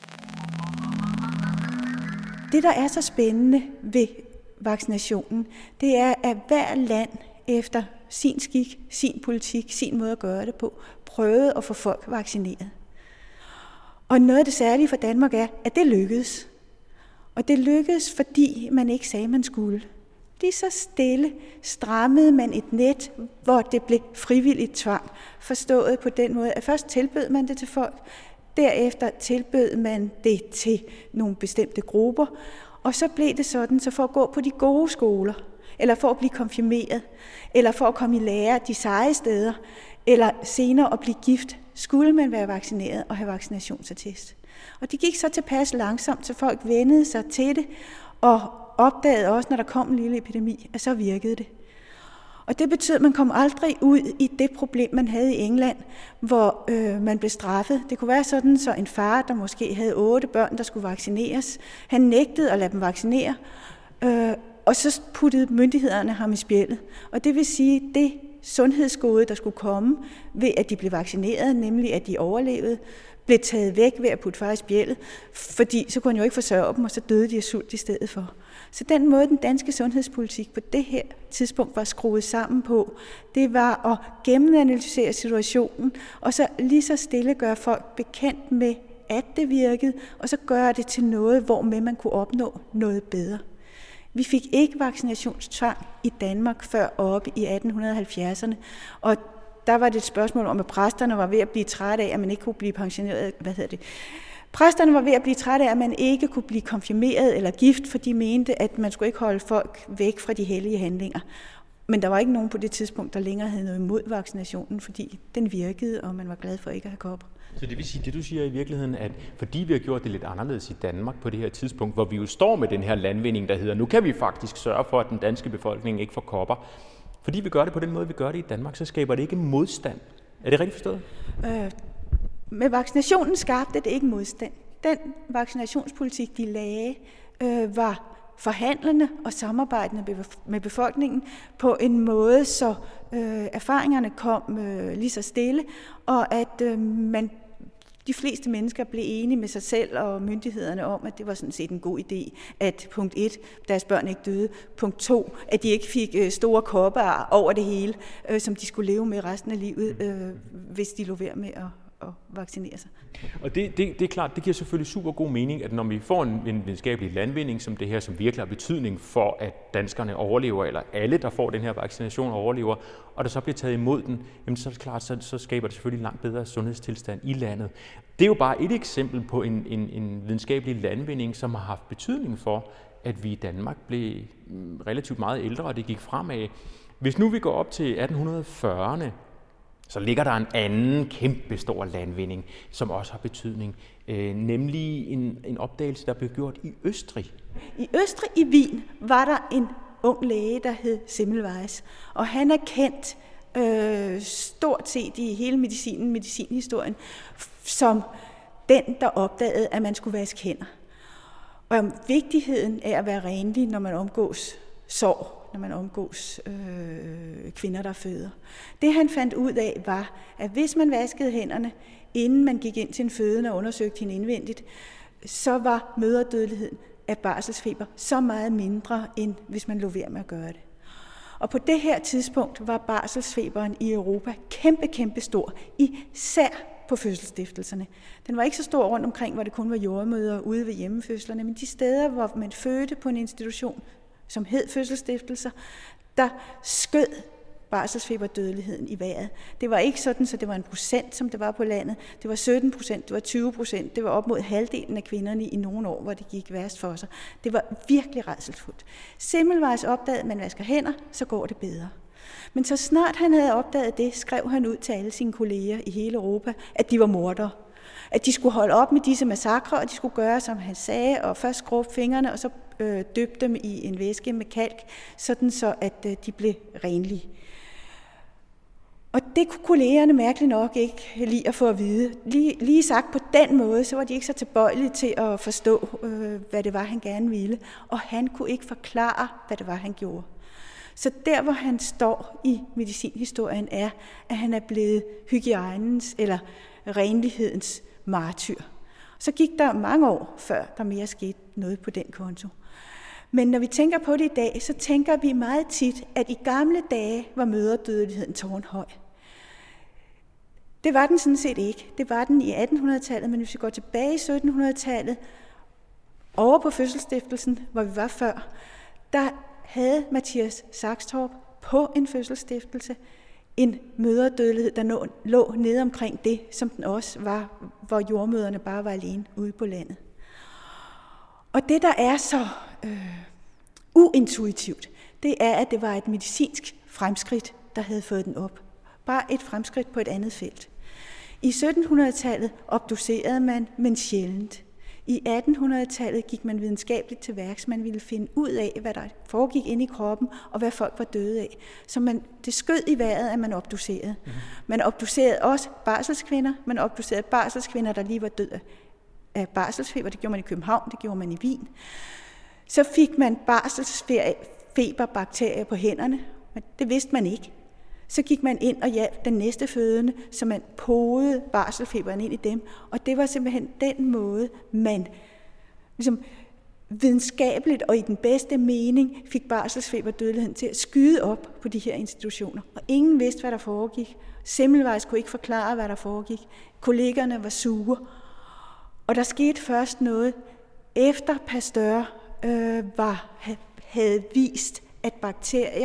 Det, der er så spændende ved vaccinationen, det er, at hver land efter sin skik, sin politik, sin måde at gøre det på, prøvede at få folk vaccineret. Og noget af det særlige for Danmark er, at det lykkedes. Og det lykkedes, fordi man ikke sagde, man skulle. Lige så stille strammede man et net, hvor det blev frivilligt tvang. Forstået på den måde, at først tilbød man det til folk, derefter tilbød man det til nogle bestemte grupper, og så blev det sådan, så for at gå på de gode skoler, eller for at blive konfirmeret, eller for at komme i lære de seje steder, eller senere at blive gift, skulle man være vaccineret og have vaccinationsattest. Og det gik så tilpas langsomt, så folk vennede sig til det, og opdagede også, når der kom en lille epidemi, at så virkede det. Og det betød, at man kom aldrig ud i det problem, man havde i England, hvor øh, man blev straffet. Det kunne være sådan, så en far, der måske havde otte børn, der skulle vaccineres, han nægtede at lade dem vaccinere, øh, og så puttede myndighederne ham i spjældet. Og det vil sige, det sundhedsgode, der skulle komme ved, at de blev vaccineret, nemlig at de overlevede, blev taget væk ved at putte far i spjældet, fordi så kunne han jo ikke forsørge dem, og så døde de af sult i stedet for. Så den måde, den danske sundhedspolitik på det her tidspunkt var skruet sammen på, det var at gennemanalysere situationen, og så lige så stille gøre folk bekendt med, at det virkede, og så gøre det til noget, hvor med man kunne opnå noget bedre. Vi fik ikke vaccinationstvang i Danmark før oppe i atten halvfjerdserne, og der var det et spørgsmål om, at præsterne var ved at blive trætte af, at man ikke kunne blive pensioneret. Hvad hedder det? Præsterne var ved at blive trætte af, at man ikke kunne blive konfirmeret eller gift, for de mente, at man skulle ikke holde folk væk fra de hellige handlinger. Men der var ikke nogen på det tidspunkt, der længere havde noget imod vaccinationen, fordi den virkede, og man var glad for ikke at have kopper. Så det vil sige, det du siger i virkeligheden, at fordi vi har gjort det lidt anderledes i Danmark på det her tidspunkt, hvor vi jo står med den her landvinding, der hedder, nu kan vi faktisk sørge for, at den danske befolkning ikke får kopper. Fordi vi gør det på den måde, vi gør det i Danmark, så skaber det ikke modstand. Er det rigtigt forstået? Øh, med vaccinationen skabte det ikke modstand. Den vaccinationspolitik, de lagde, øh, var forhandlende og samarbejdende med befolkningen på en måde, så øh, erfaringerne kom øh, lige så stille, og at øh, man, de fleste mennesker blev enige med sig selv og myndighederne om, at det var sådan set en god idé, at punkt et, deres børn ikke døde, punkt to, at de ikke fik øh, store kopper over det hele, øh, som de skulle leve med resten af livet, øh, hvis de lå ved med at at vaccinere sig. Og det, det, det er klart, det giver selvfølgelig super god mening, at når vi får en, en videnskabelig landvinding som det her, som virkelig har betydning for, at danskerne overlever, eller alle, der får den her vaccination, overlever, og der så bliver taget imod den, jamen så er det klart, så, så skaber det selvfølgelig langt bedre sundhedstilstand i landet. Det er jo bare et eksempel på en, en, en videnskabelig landvinding, som har haft betydning for, at vi i Danmark blev relativt meget ældre, og det gik fremad. Hvis nu vi går op til atten fyrrerne, så ligger der en anden kæmpe stor landvinding, som også har betydning, øh, nemlig en, en opdagelse, der blev gjort i Østrig. I Østrig, i Wien, var der en ung læge, der hed Semmelweis, og han er kendt øh, stort set i hele medicinen, medicinhistorien, som den, der opdagede, at man skulle vaske hænder. Og om vigtigheden af at være renlig, når man omgås sorg, når man omgås øh, kvinder, der føder. Det han fandt ud af var, at hvis man vaskede hænderne, inden man gik ind til en fødende og undersøgte hende indvendigt, så var mødredødeligheden af barselsfeber så meget mindre, end hvis man lå ved med at gøre det. Og på det her tidspunkt var barselsfeberen i Europa kæmpe, kæmpe stor, især på fødselsstiftelserne. Den var ikke så stor rundt omkring, hvor det kun var jordemødre ude ved hjemmefødslerne, men de steder, hvor man fødte på en institution, som hed fødselsstiftelser, der skød barselsfeberdødeligheden i vejret. Det var ikke sådan, så det var en procent, som det var på landet. Det var sytten procent, det var tyve procent, det var op mod halvdelen af kvinderne i nogle år, hvor det gik værst for sig. Det var virkelig rædselsfuldt. Semmelweis opdagede, at man vasker hænder, så går det bedre. Men så snart han havde opdaget det, skrev han ud til alle sine kolleger i hele Europa, at de var mordere. At de skulle holde op med disse massakrer, og de skulle gøre, som han sagde, og først skrubbe fingrene, og så øh, døbe dem i en væske med kalk, sådan så at øh, de blev renlige. Og det kunne kollegerne mærkeligt nok ikke lide at få at vide. Lige, lige sagt på den måde, så var de ikke så tilbøjelige til at forstå, øh, hvad det var, han gerne ville. Og han kunne ikke forklare, hvad det var, han gjorde. Så der, hvor han står i medicinhistorien, er, at han er blevet hygiejnens eller renlighedens martyr. Så gik der mange år, før der mere skete noget på den konto. Men når vi tænker på det i dag, så tænker vi meget tit, at i gamle dage var mødredødeligheden tårnhøj. Det var den sådan set ikke. Det var den i attenhundredetallet, men hvis vi går tilbage i syttenhundredetallet, over på fødselsstiftelsen, hvor vi var før, der havde Mathias Saxtorp på en fødselsstiftelse en mødredødelighed, der lå nede omkring det, som den også var, hvor jordmødrene bare var alene ude på landet. Og det, der er så øh, uintuitivt, det er, at det var et medicinsk fremskridt, der havde fået den op. Bare et fremskridt på et andet felt. I syttenhundredetallet obducerede man, men sjældent. I attenhundredetallet gik man videnskabeligt til værks. Man ville finde ud af, hvad der foregik inde i kroppen, og hvad folk var døde af. Så man, det skød i vejret, at man obducerede. Mm-hmm. Man obducerede også barselskvinder. Man obducerede barselskvinder, der lige var døde af barselsfeber. Det gjorde man i København, det gjorde man i Wien. Så fik man barselsfeberbakterier på hænderne, men det vidste man ikke. Så gik man ind og hjalp den næste fødende, så man podede barselfeberen ind i dem. Og det var simpelthen den måde, man ligesom videnskabeligt og i den bedste mening fik barselsfeberdødeligheden til at skyde op på de her institutioner. Og ingen vidste, hvad der foregik. Semmelweis kunne ikke forklare, hvad der foregik. Kollegerne var sure. Og der skete først noget, efter Pasteur øh, var, havde vist, at bakterier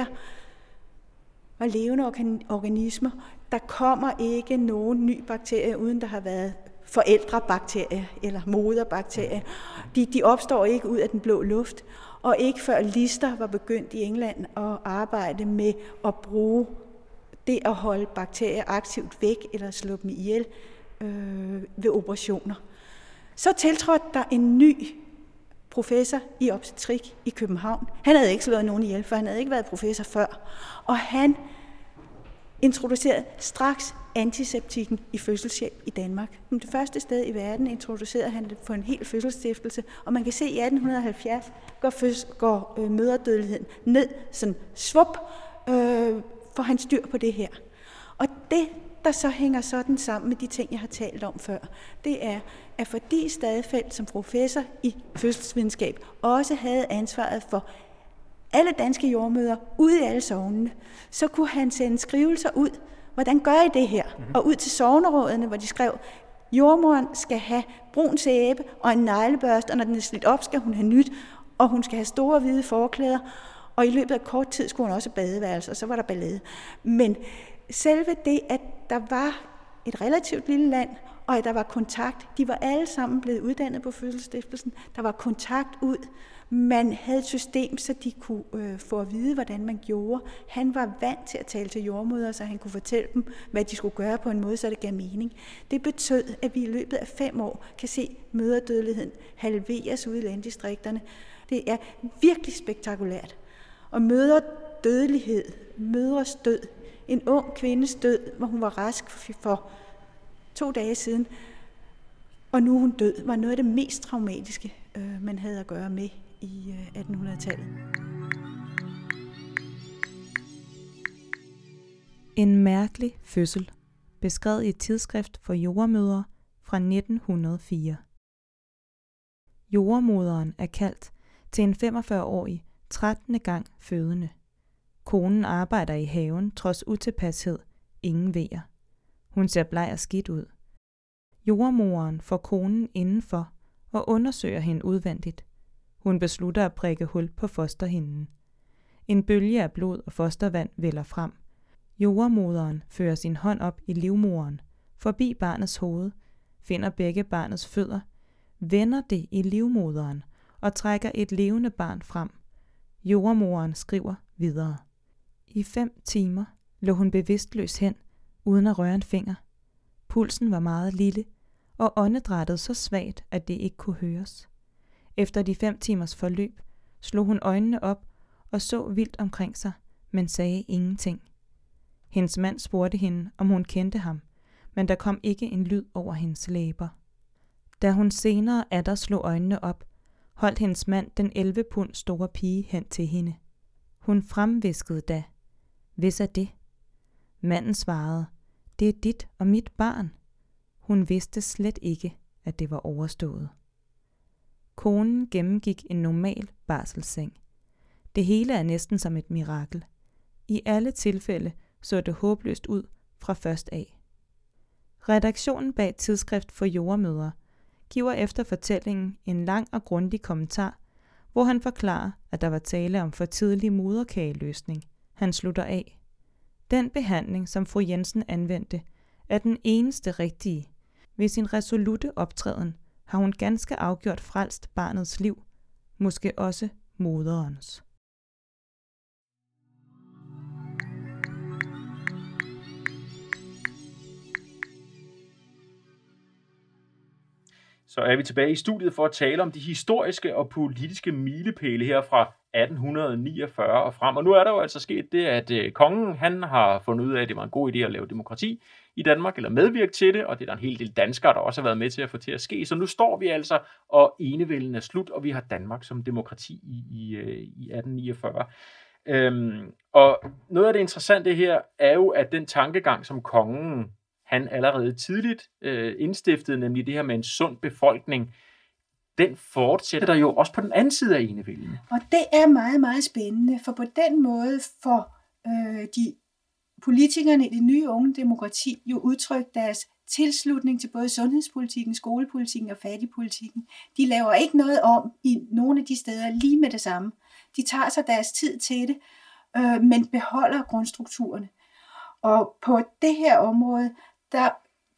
var levende organismer. Der kommer ikke nogen ny bakterie, uden der har været forældrebakterier eller moderbakterier. De, de opstår ikke ud af den blå luft, og ikke før Lister var begyndt i England at arbejde med at bruge det at holde bakterier aktivt væk eller slå dem ihjel øh, ved operationer. Så tiltrådte der en ny professor i obstetrik i København. Han havde ikke slået nogen ihjel, for han havde ikke været professor før. Og han introducerede straks antiseptikken i fødselshjælp i Danmark. Det første sted i verden introducerede han det for en hel fødselsstiftelse, og man kan se, at i atten halvfjerds går, føds- går øh, mødredødeligheden ned, sådan svup, øh, for han styr på det her. Og det, der så hænger sådan sammen med de ting, jeg har talt om før, det er, at fordi Stadfeldt som professor i fødselsvidenskab også havde ansvaret for alle danske jordmødre ude i alle sognene, så kunne han sende skrivelser ud, hvordan gør I det her? Mm-hmm. Og ud til sognerådene, hvor de skrev, jordmoderen skal have brun sæbe og en neglebørste, og når den er slidt op, skal hun have nyt, og hun skal have store hvide forklæder, og i løbet af kort tid skulle hun også have badeværelse, og så var der ballade. Men selve det, at der var et relativt lille land, og at der var kontakt, de var alle sammen blevet uddannet på fødselsstiftelsen, der var kontakt ud, man havde et system, så de kunne øh, få at vide, hvordan man gjorde. Han var vant til at tale til jordmødre, så han kunne fortælle dem, hvad de skulle gøre på en måde, så det gav mening. Det betød, at vi i løbet af fem år kan se mødredødeligheden halveres ude i landdistrikterne. Det er virkelig spektakulært. Og mødredødelighed, mødres død, en ung kvindes død, hvor hun var rask for to dage siden, og nu er hun død, var noget af det mest traumatiske, øh, man havde at gøre med i øh, attenhundredetallet. En mærkelig fødsel, beskrevet i et tidsskrift for jordemødre fra nitten hundrede og fire. Jordemoderen er kaldt til en femogfyrre-årig trettende gang fødende. Konen arbejder i haven trods utilpashed, ingen vejer. Hun ser bleg og skidt ud. Jordemoderen får konen indenfor og undersøger hende udvendigt. Hun beslutter at prikke hul på fosterhinden. En bølge af blod og fostervand vælder frem. Jordemoderen fører sin hånd op i livmoderen, forbi barnets hoved, finder begge barnets fødder, vender det i livmoderen og trækker et levende barn frem. Jordemoderen skriver videre. I fem timer lå hun bevidstløs hen, uden at røre en finger. Pulsen var meget lille, og åndedrættet så svagt, at det ikke kunne høres. Efter de fem timers forløb slog hun øjnene op og så vildt omkring sig, men sagde ingenting. Hendes mand spurgte hende, om hun kendte ham, men der kom ikke en lyd over hendes læber. Da hun senere atter slog øjnene op, holdt hendes mand den elleve pund store pige hen til hende. Hun fremviskede da, hvis er det? Manden svarede, det er dit og mit barn. Hun vidste slet ikke, at det var overstået. Konen gennemgik en normal barselsseng. Det hele er næsten som et mirakel. I alle tilfælde så det håbløst ud fra først af. Redaktionen bag Tidsskrift for Jordemødre giver efter fortællingen en lang og grundig kommentar, hvor han forklarer, at der var tale om for tidlig moderkageløsning. Han slutter af. Den behandling, som fru Jensen anvendte, er den eneste rigtige. Ved sin resolutte optræden har hun ganske afgjort frelst barnets liv, måske også moderens. Så er vi tilbage i studiet for at tale om de historiske og politiske milepæle her fra atten niogfyrre og frem. Og nu er der jo altså sket det, at øh, kongen han har fundet ud af, at det var en god idé at lave demokrati i Danmark, eller medvirke til det, og det er der en hel del danskere, der også har været med til at få til at ske. Så nu står vi altså, og enevælden er slut, og vi har Danmark som demokrati i, i, øh, i atten niogfyrre. Øhm, og noget af det interessante her er jo, at den tankegang, som kongen han allerede tidligt øh, indstiftede, nemlig det her med en sund befolkning, den fortsætter jo også på den anden side af enevælden. Og det er meget, meget spændende, for på den måde får øh, de politikerne i det nye unge demokrati jo udtrykt deres tilslutning til både sundhedspolitikken, skolepolitikken og fattigpolitikken. De laver ikke noget om i nogle af de steder lige med det samme. De tager sig deres tid til det, øh, men beholder grundstrukturerne. Og på det her område, der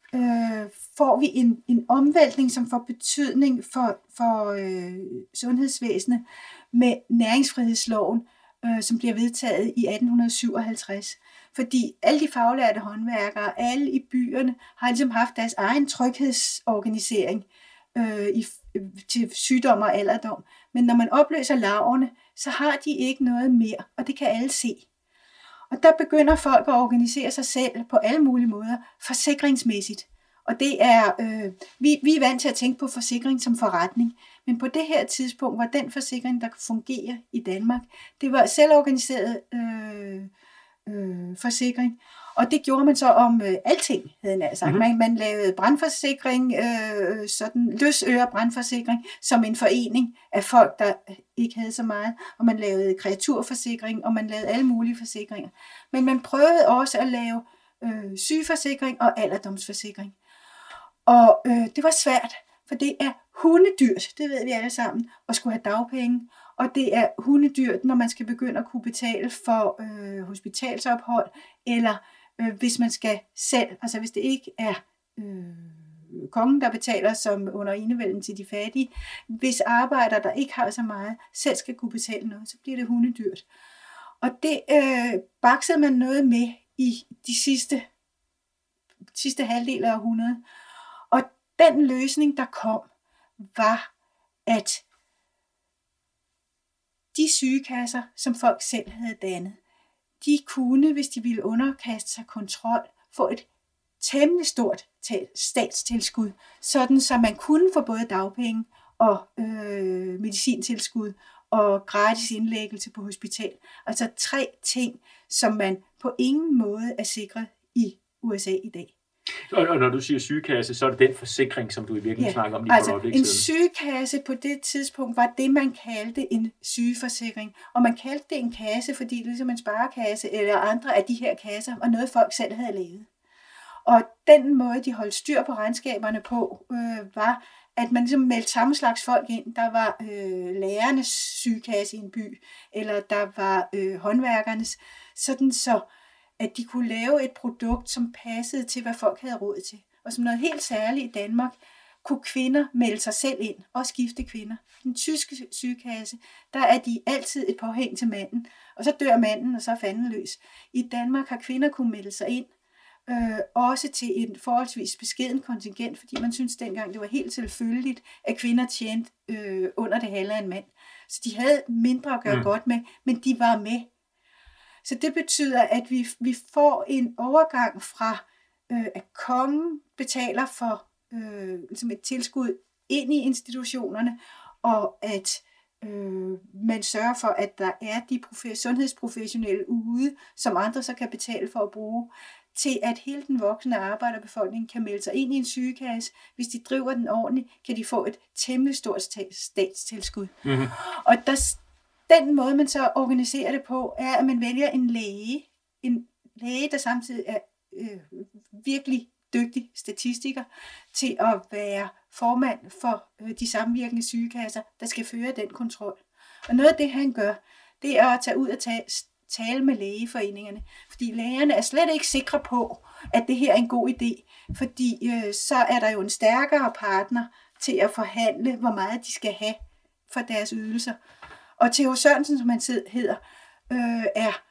øh, får vi en, en omvæltning, som får betydning for, for øh, sundhedsvæsenet med næringsfrihedsloven, øh, som bliver vedtaget i atten syvoghalvtreds. Fordi alle de faglærte håndværkere, alle i byerne, har ligesom haft deres egen tryghedsorganisering øh, i, til sygdom og alderdom. Men når man opløser laverne, så har de ikke noget mere, og det kan alle se. Og der begynder folk at organisere sig selv på alle mulige måder, forsikringsmæssigt. Og det er, øh, vi, vi er vant til at tænke på forsikring som forretning, men på det her tidspunkt var den forsikring, der fungerer i Danmark, det var selvorganiseret øh, øh, forsikring. Og det gjorde man så om øh, alting, havde jeg sagt. Man, man lavede brandforsikring, øh, sådan løsøre brandforsikring, som en forening af folk, der ikke havde så meget. Og man lavede kreaturforsikring, og man lavede alle mulige forsikringer. Men man prøvede også at lave øh, sygeforsikring og alderdomsforsikring. Og øh, det var svært, for det er hundedyrt, det ved vi alle sammen, at skulle have dagpenge. Og det er hundedyrt, når man skal begynde at kunne betale for øh, hospitalsophold, eller øh, hvis man skal selv, altså hvis det ikke er øh, kongen, der betaler som under enevælden til de fattige, hvis arbejdere, der ikke har så meget, selv skal kunne betale noget, så bliver det hundedyrt. Og det øh, baksede man noget med i de sidste, sidste halvdel af århundredet. Og den løsning, der kom, var, at de sygekasser, som folk selv havde dannet, de kunne, hvis de ville underkaste sig kontrol, få et temmelig stort statstilskud, sådan så man kunne få både dagpenge og øh, medicintilskud og gratis indlæggelse på hospital. Altså tre ting, som man på ingen måde er sikret i U S A i dag. Og når du siger sygekasse, så er det den forsikring, som du i virkeligheden ja, snakker om lige altså for et øjeblik en siden. sygekasse på det tidspunkt var det, man kaldte en sygeforsikring. Og man kaldte det en kasse, fordi det ligesom en sparekasse eller andre af de her kasser var noget, folk selv havde lavet. Og den måde, de holdt styr på regnskaberne på, øh, var, at man ligesom meldte samme slags folk ind. Der var øh, lærernes sygekasse i en by, eller der var øh, håndværkernes, sådan så at de kunne lave et produkt, som passede til, hvad folk havde råd til. Og som noget helt særligt i Danmark, kunne kvinder melde sig selv ind, og skifte kvinder. I den tyske sygekasse, der er de altid et påhæng til manden, og så dør manden, og så er fanden løs. I Danmark har kvinder kunne melde sig ind, øh, også til en forholdsvis beskeden kontingent, fordi man synes dengang, det var helt selvfølgeligt, at kvinder tjente øh, under det halve af en mand. Så de havde mindre at gøre mm. godt med, men de var med. Så det betyder, at vi, vi får en overgang fra, øh, at kongen betaler for øh, ligesom et tilskud ind i institutionerne, og at øh, man sørger for, at der er de profe- sundhedsprofessionelle ude, som andre så kan betale for at bruge, til at hele den voksne arbejderbefolkning kan melde sig ind i en sygekasse. Hvis de driver den ordentligt, kan de få et temmelig stort statstilskud. Mm-hmm. Og der, den måde, man så organiserer det på, er, at man vælger en læge, en læge, der samtidig er øh, virkelig dygtig statistiker, til at være formand for øh, de samvirkende sygekasser, der skal føre den kontrol. Og noget af det, han gør, det er at tage ud og tage tale med lægeforeningerne, fordi lægerne er slet ikke sikre på, at det her er en god idé, fordi øh, så er der jo en stærkere partner til at forhandle, hvor meget de skal have for deres ydelser. Og Theo Sørensen, som han hedder, øh, er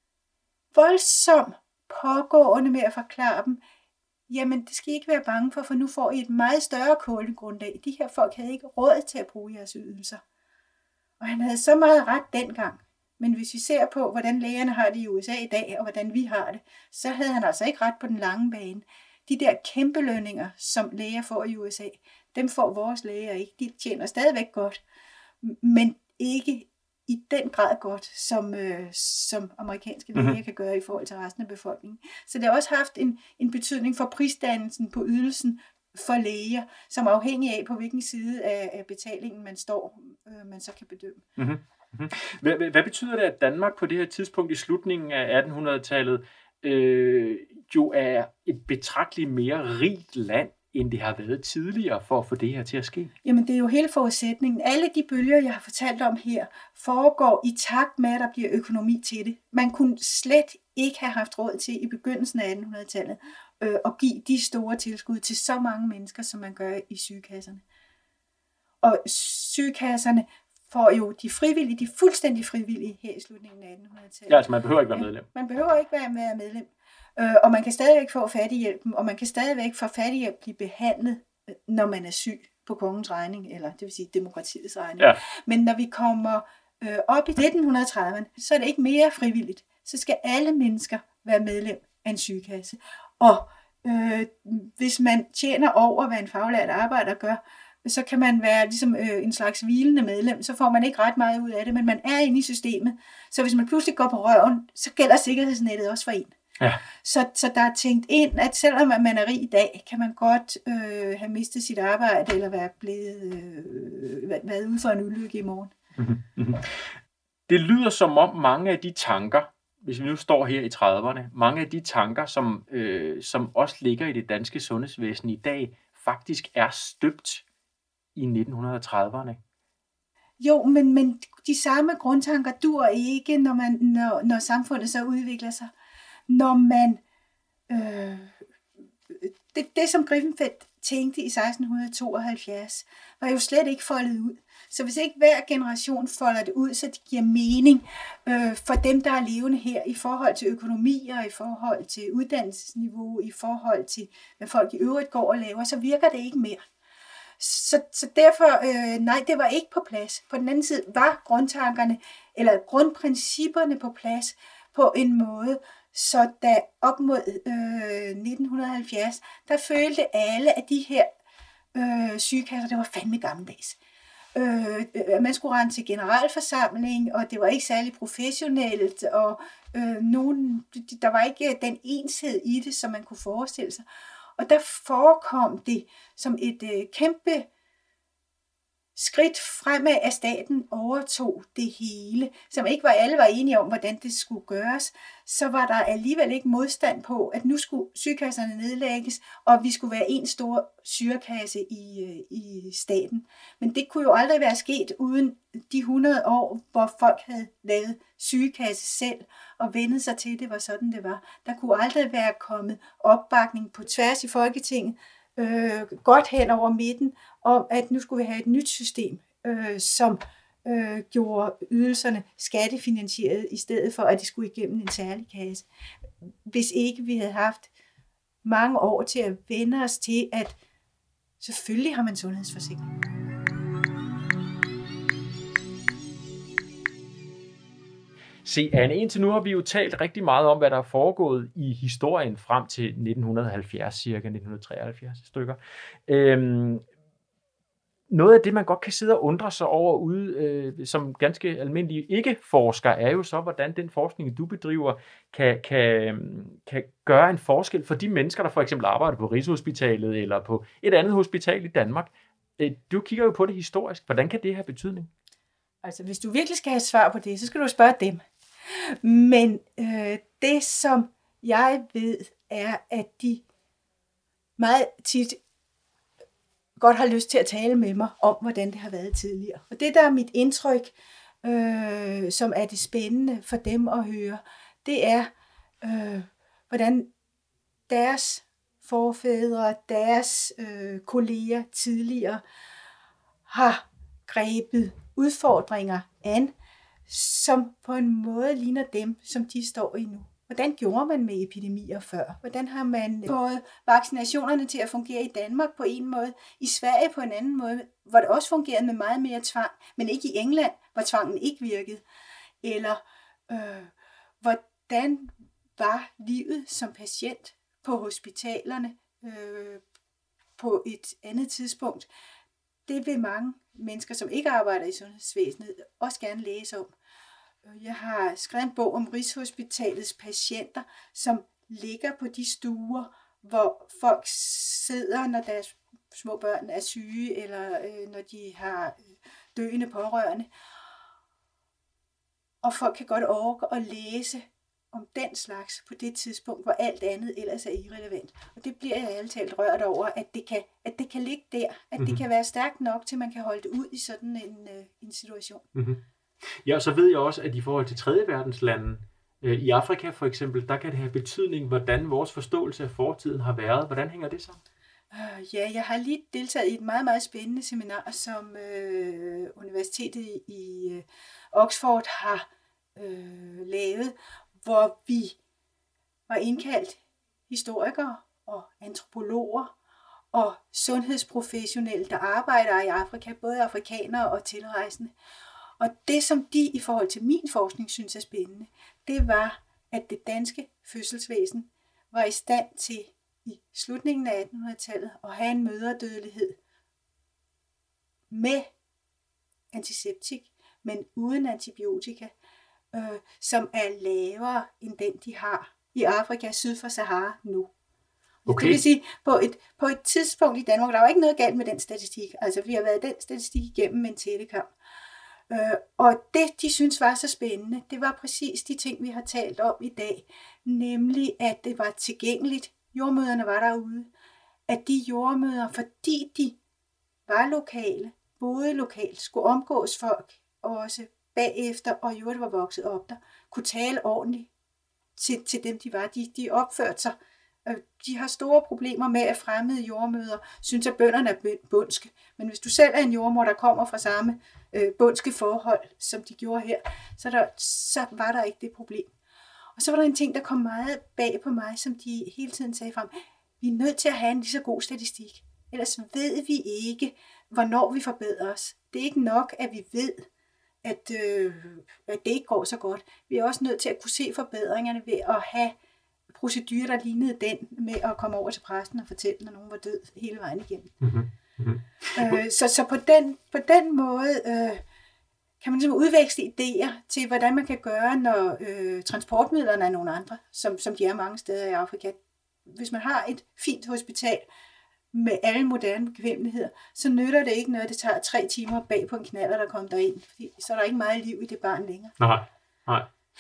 voldsomt pågående med at forklare dem, jamen det skal I ikke være bange for, for nu får I et meget større kundegrundlag. De her folk havde ikke råd til at bruge jeres ydelser. Og han havde så meget ret dengang. Men hvis vi ser på, hvordan lægerne har det i U S A i dag, og hvordan vi har det, så havde han altså ikke ret på den lange bane. De der kæmpe lønninger, som læger får i U S A, dem får vores læger ikke. De tjener stadigvæk godt, men ikke i den grad godt, som, øh, som amerikanske læger mm-hmm. kan gøre i forhold til resten af befolkningen. Så det har også haft en, en betydning for prisdannelsen på ydelsen for læger, som er afhængig af, på hvilken side af, af betalingen man står, øh, man så kan bedømme. Mm-hmm. Hvad, hvad betyder det, at Danmark på det her tidspunkt i slutningen af attenhundredetallet øh, jo er et betragteligt mere rigt land, end det har været tidligere for at få det her til at ske? Jamen det er jo hele forudsætningen. Alle de bølger, jeg har fortalt om her, foregår i takt med, at der bliver økonomi til det. Man kunne slet ikke have haft råd til i begyndelsen af attenhundredetallet øh, at give de store tilskud til så mange mennesker, som man gør i sygekasserne. Og sygekasserne får jo de frivillige, de fuldstændig frivillige her i slutningen af attenhundredetallet. Ja, altså man behøver ikke være medlem. Ja, man behøver ikke være medlem. Øh, og man kan stadigvæk få fattighjælpen, og man kan stadigvæk få fattighjælp blive behandlet, når man er syg på kongens regning, eller det vil sige demokratiets regning. Ja. Men når vi kommer øh, op i nitten trediverne, så er det ikke mere frivilligt. Så skal alle mennesker være medlem af en sygekasse. Og øh, hvis man tjener over, hvad en faglært arbejder gør, så kan man være ligesom øh, en slags hvilende medlem, så får man ikke ret meget ud af det, men man er inde i systemet. Så hvis man pludselig går på røven, så gælder sikkerhedsnettet også for en. Ja. Så, så der er tænkt ind, at selvom man er rig i dag, kan man godt øh, have mistet sit arbejde, eller være blevet øh, været ude for en ulykke i morgen. Mm-hmm. Det lyder som om mange af de tanker, hvis vi nu står her i trediverne, mange af de tanker, som, øh, som også ligger i det danske sundhedsvæsen i dag, faktisk er støbt i nitten trediverne. Jo, men, men de samme grundtanker dur ikke, når, man, når, når samfundet så udvikler sig. Når man... Øh, det, det, som Griffenfeldt tænkte i seksten tooghalvfjerds, var jo slet ikke foldet ud. Så hvis ikke hver generation folder det ud, så det giver mening øh, for dem, der er levende her, i forhold til økonomi og i forhold til uddannelsesniveau, i forhold til, hvad folk i øvrigt går og laver, så virker det ikke mere. Så, så derfor, øh, nej, det var ikke på plads. På den anden side var grundtankerne, eller grundprincipperne på plads på en måde, så da op mod øh, nitten halvfjerds, der følte alle, at de her øh, sygekasser, det var fandme gammeldags. Øh, man skulle rende til generalforsamling, og det var ikke særlig professionelt, og øh, nogen, der var ikke den enshed i det, som man kunne forestille sig. Og der forekom det som et øh, kæmpe skridt fremad, at staten overtog det hele, som ikke var alle var enige om, hvordan det skulle gøres, så var der alligevel ikke modstand på, at nu skulle sygekasserne nedlægges, og vi skulle være en stor sygekasse i, i staten. Men det kunne jo aldrig være sket uden de hundrede år, hvor folk havde lavet sygekasse selv, og vendet sig til, det var sådan, det var. Der kunne aldrig være kommet opbakning på tværs i Folketinget, Øh, godt hen over midten, om at nu skulle vi have et nyt system, øh, som øh, gjorde ydelserne skattefinansieret, i stedet for at de skulle igennem en særlig kasse. Hvis ikke vi havde haft mange år til at vende os til, at selvfølgelig har man sundhedsforsikring. Se, Anne, indtil nu har vi jo talt rigtig meget om, hvad der er foregået i historien frem til nitten halvfjerds, cirka nitten treoghalvfjerds stykker. Øhm, noget af det, man godt kan sidde og undre sig over ude, øh, som ganske almindelige ikke-forsker, er jo så, hvordan den forskning, du bedriver, kan, kan, kan gøre en forskel for de mennesker, der for eksempel arbejder på Rigshospitalet eller på et andet hospital i Danmark. Du kigger jo på det historisk. Hvordan kan det have betydning? Altså, hvis du virkelig skal have svar på det, så skal du spørge dem. Men øh, det, som jeg ved, er, at de meget tit godt har lyst til at tale med mig om, hvordan det har været tidligere. Og det, der er mit indtryk, øh, som er det spændende for dem at høre, det er, øh, hvordan deres forfædre, deres øh, kolleger tidligere har grebet udfordringer an, som på en måde ligner dem, som de står i nu. Hvordan gjorde man med epidemier før? Hvordan har man fået vaccinationerne til at fungere i Danmark på en måde, i Sverige på en anden måde, hvor det også fungerede med meget mere tvang, men ikke i England, hvor tvangen ikke virkede? Eller øh, hvordan var livet som patient på hospitalerne øh, på et andet tidspunkt? Det vil mange mennesker, som ikke arbejder i sundhedsvæsenet, også gerne læse om. Jeg har skrevet en bog om Rigshospitalets patienter, som ligger på de stuer, hvor folk sidder, når deres små børn er syge, eller øh, når de har døende pårørende. Og folk kan godt orke at læse om den slags på det tidspunkt, hvor alt andet ellers er irrelevant. Og det bliver jeg altid talt rørt over, at det kan, at det kan ligge der, at mm-hmm. det kan være stærkt nok, til man kan holde det ud i sådan en, øh, en situation. Mm-hmm. Ja, og så ved jeg også, at i forhold til tredje verdenslande, øh, i Afrika for eksempel, der kan det have betydning, hvordan vores forståelse af fortiden har været. Hvordan hænger det sammen? Uh, ja, jeg har lige deltaget i et meget, meget spændende seminar, som øh, Universitetet i øh, Oxford har øh, lavet, hvor vi var indkaldt historikere og antropologer og sundhedsprofessionelle, der arbejder i Afrika, både afrikanere og tilrejsende. Og det, som de i forhold til min forskning synes er spændende, det var, at det danske fødselsvæsen var i stand til i slutningen af attenhundredetallet at have en mødredødelighed med antiseptik, men uden antibiotika, øh, som er lavere end den, de har i Afrika syd for Sahara nu. Okay. Det vil sige, på et, på et tidspunkt i Danmark, der var ikke noget galt med den statistik. Altså, vi har været den statistik igennem med en tættekamp. Øh, og det, de synes var så spændende, det var præcis de ting, vi har talt om i dag. Nemlig, at det var tilgængeligt. Jordmøderne var derude. At de jordmøder, fordi de var lokale, boede lokalt, skulle omgås folk også bagefter, og jo det var vokset op der, kunne tale ordentligt til, til dem, de var. De, de opførte sig. De har store problemer med, at fremmede jordmøder synes, at bønderne er bundske. Men hvis du selv er en jordmor, der kommer fra samme øh, bundske forhold, som de gjorde her, så, der, så var der ikke det problem. Og så var der en ting, der kom meget bag på mig, som de hele tiden sagde frem. Vi er nødt til at have en lige så god statistik. Ellers ved vi ikke, hvornår vi forbedrer os. Det er ikke nok, at vi ved, at, øh, at det ikke går så godt. Vi er også nødt til at kunne se forbedringerne ved at have procedurer, der lignede den med at komme over til præsten og fortælle, når nogen var død hele vejen igennem. Mm-hmm. Mm-hmm. Øh, så så på, den, på den måde øh, kan man simpelthen udveksle idéer til, hvordan man kan gøre, når øh, transportmidlerne er nogle andre, som, som de er mange steder i Afrika. Hvis man har et fint hospital med alle moderne bekvemmeligheder, så nytter det ikke noget, det tager tre timer bag på en knaller, der kommer derind, fordi så er der ikke meget liv i det barn længere. Nej, nej.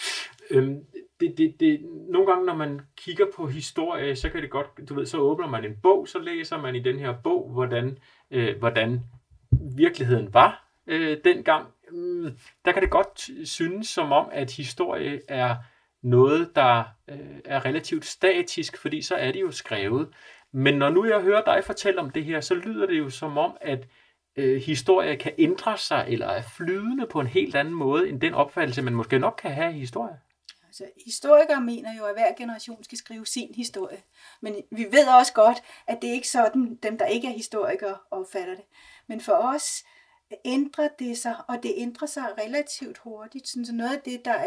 Øhm, det, det, det, nogle gange, når man kigger på historie, så kan det godt, du ved, så åbner man en bog, så læser man i den her bog, hvordan, øh, hvordan virkeligheden var øh, dengang. Mm, der kan det godt synes som om, at historie er noget, der øh, er relativt statisk, fordi så er det jo skrevet. Men når nu jeg hører dig fortælle om det her, så lyder det jo som om, at øh, historie kan ændre sig, eller er flydende på en helt anden måde, end den opfattelse, man måske nok kan have i historie. Altså, historikere mener jo, at hver generation skal skrive sin historie. Men vi ved også godt, at det er ikke sådan, dem der ikke er historikere opfatter det. Men for os ændrer det sig, og det ændrer sig relativt hurtigt. Så noget af det, der er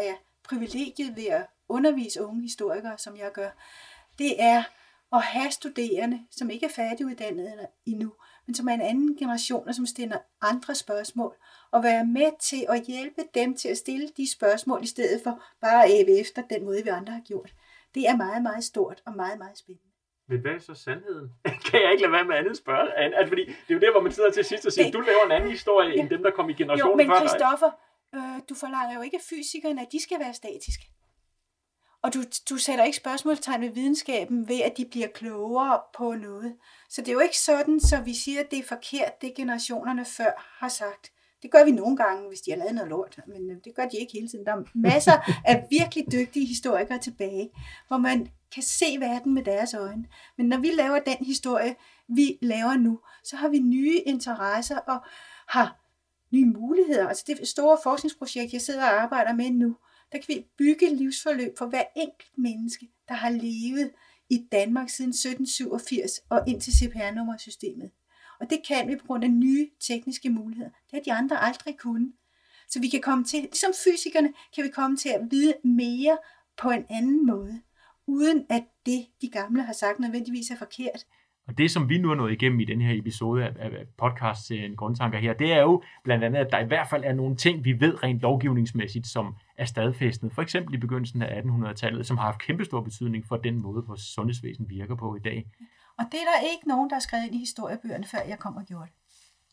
privilegiet ved at undervise unge historikere, som jeg gør, det er at have studerende, som ikke er færdiguddannede endnu, men som er en anden generation, og som stiller andre spørgsmål, og være med til at hjælpe dem til at stille de spørgsmål, i stedet for bare at æve efter den måde, vi andre har gjort. Det er meget, meget stort og meget, meget spændende. Men hvad er så sandheden? Kan jeg ikke lade være med andet spørge? Altså, fordi det er jo der, hvor man sidder til sidst og siger, det, du laver en anden historie, ja, end dem, der kom i generationen før dig. Jo, men Christoffer, øh, du forlanger jo ikke fysikerne, at de skal være statiske. Og du, du sætter ikke spørgsmålstegn ved videnskaben ved, at de bliver klogere på noget. Så det er jo ikke sådan, så vi siger, at det er forkert, det generationerne før har sagt. Det gør vi nogle gange, hvis de har lavet noget lort, men det gør de ikke hele tiden. Der er masser af virkelig dygtige historikere tilbage, hvor man kan se verden med deres øjne. Men når vi laver den historie, vi laver nu, så har vi nye interesser og har nye muligheder. Altså det store forskningsprojekt, jeg sidder og arbejder med nu, der kan vi bygge livsforløb for hver enkelt menneske, der har levet i Danmark siden sytten syvogfirs og ind til C P R-nummersystemet. Og det kan vi på grund af nye tekniske muligheder. Det har de andre aldrig kunnet. Så vi kan komme til, ligesom fysikerne, kan vi komme til at vide mere på en anden måde, uden at det, de gamle har sagt, nødvendigvis er forkert. Og det, som vi nu har nået igennem i den her episode af podcast-serien Grundtanker her, det er jo blandt andet, at der i hvert fald er nogle ting, vi ved rent lovgivningsmæssigt, som er stadfæstet. For eksempel i begyndelsen af attenhundredetallet, som har haft kæmpestor betydning for den måde, vores sundhedsvæsen virker på i dag. Og det er der ikke nogen, der har skrevet ind i historiebøgerne, før jeg kom og gjorde det.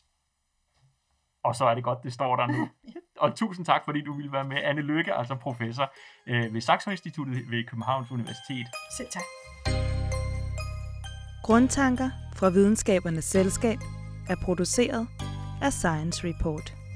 Og så er det godt, det står der nu. Og tusind tak, fordi du ville være med. Anne Lykke, altså professor ved Saxo Instituttet ved Københavns Universitet. Selv tak. Grundtanker fra Videnskabernes Selskab er produceret af Science Report.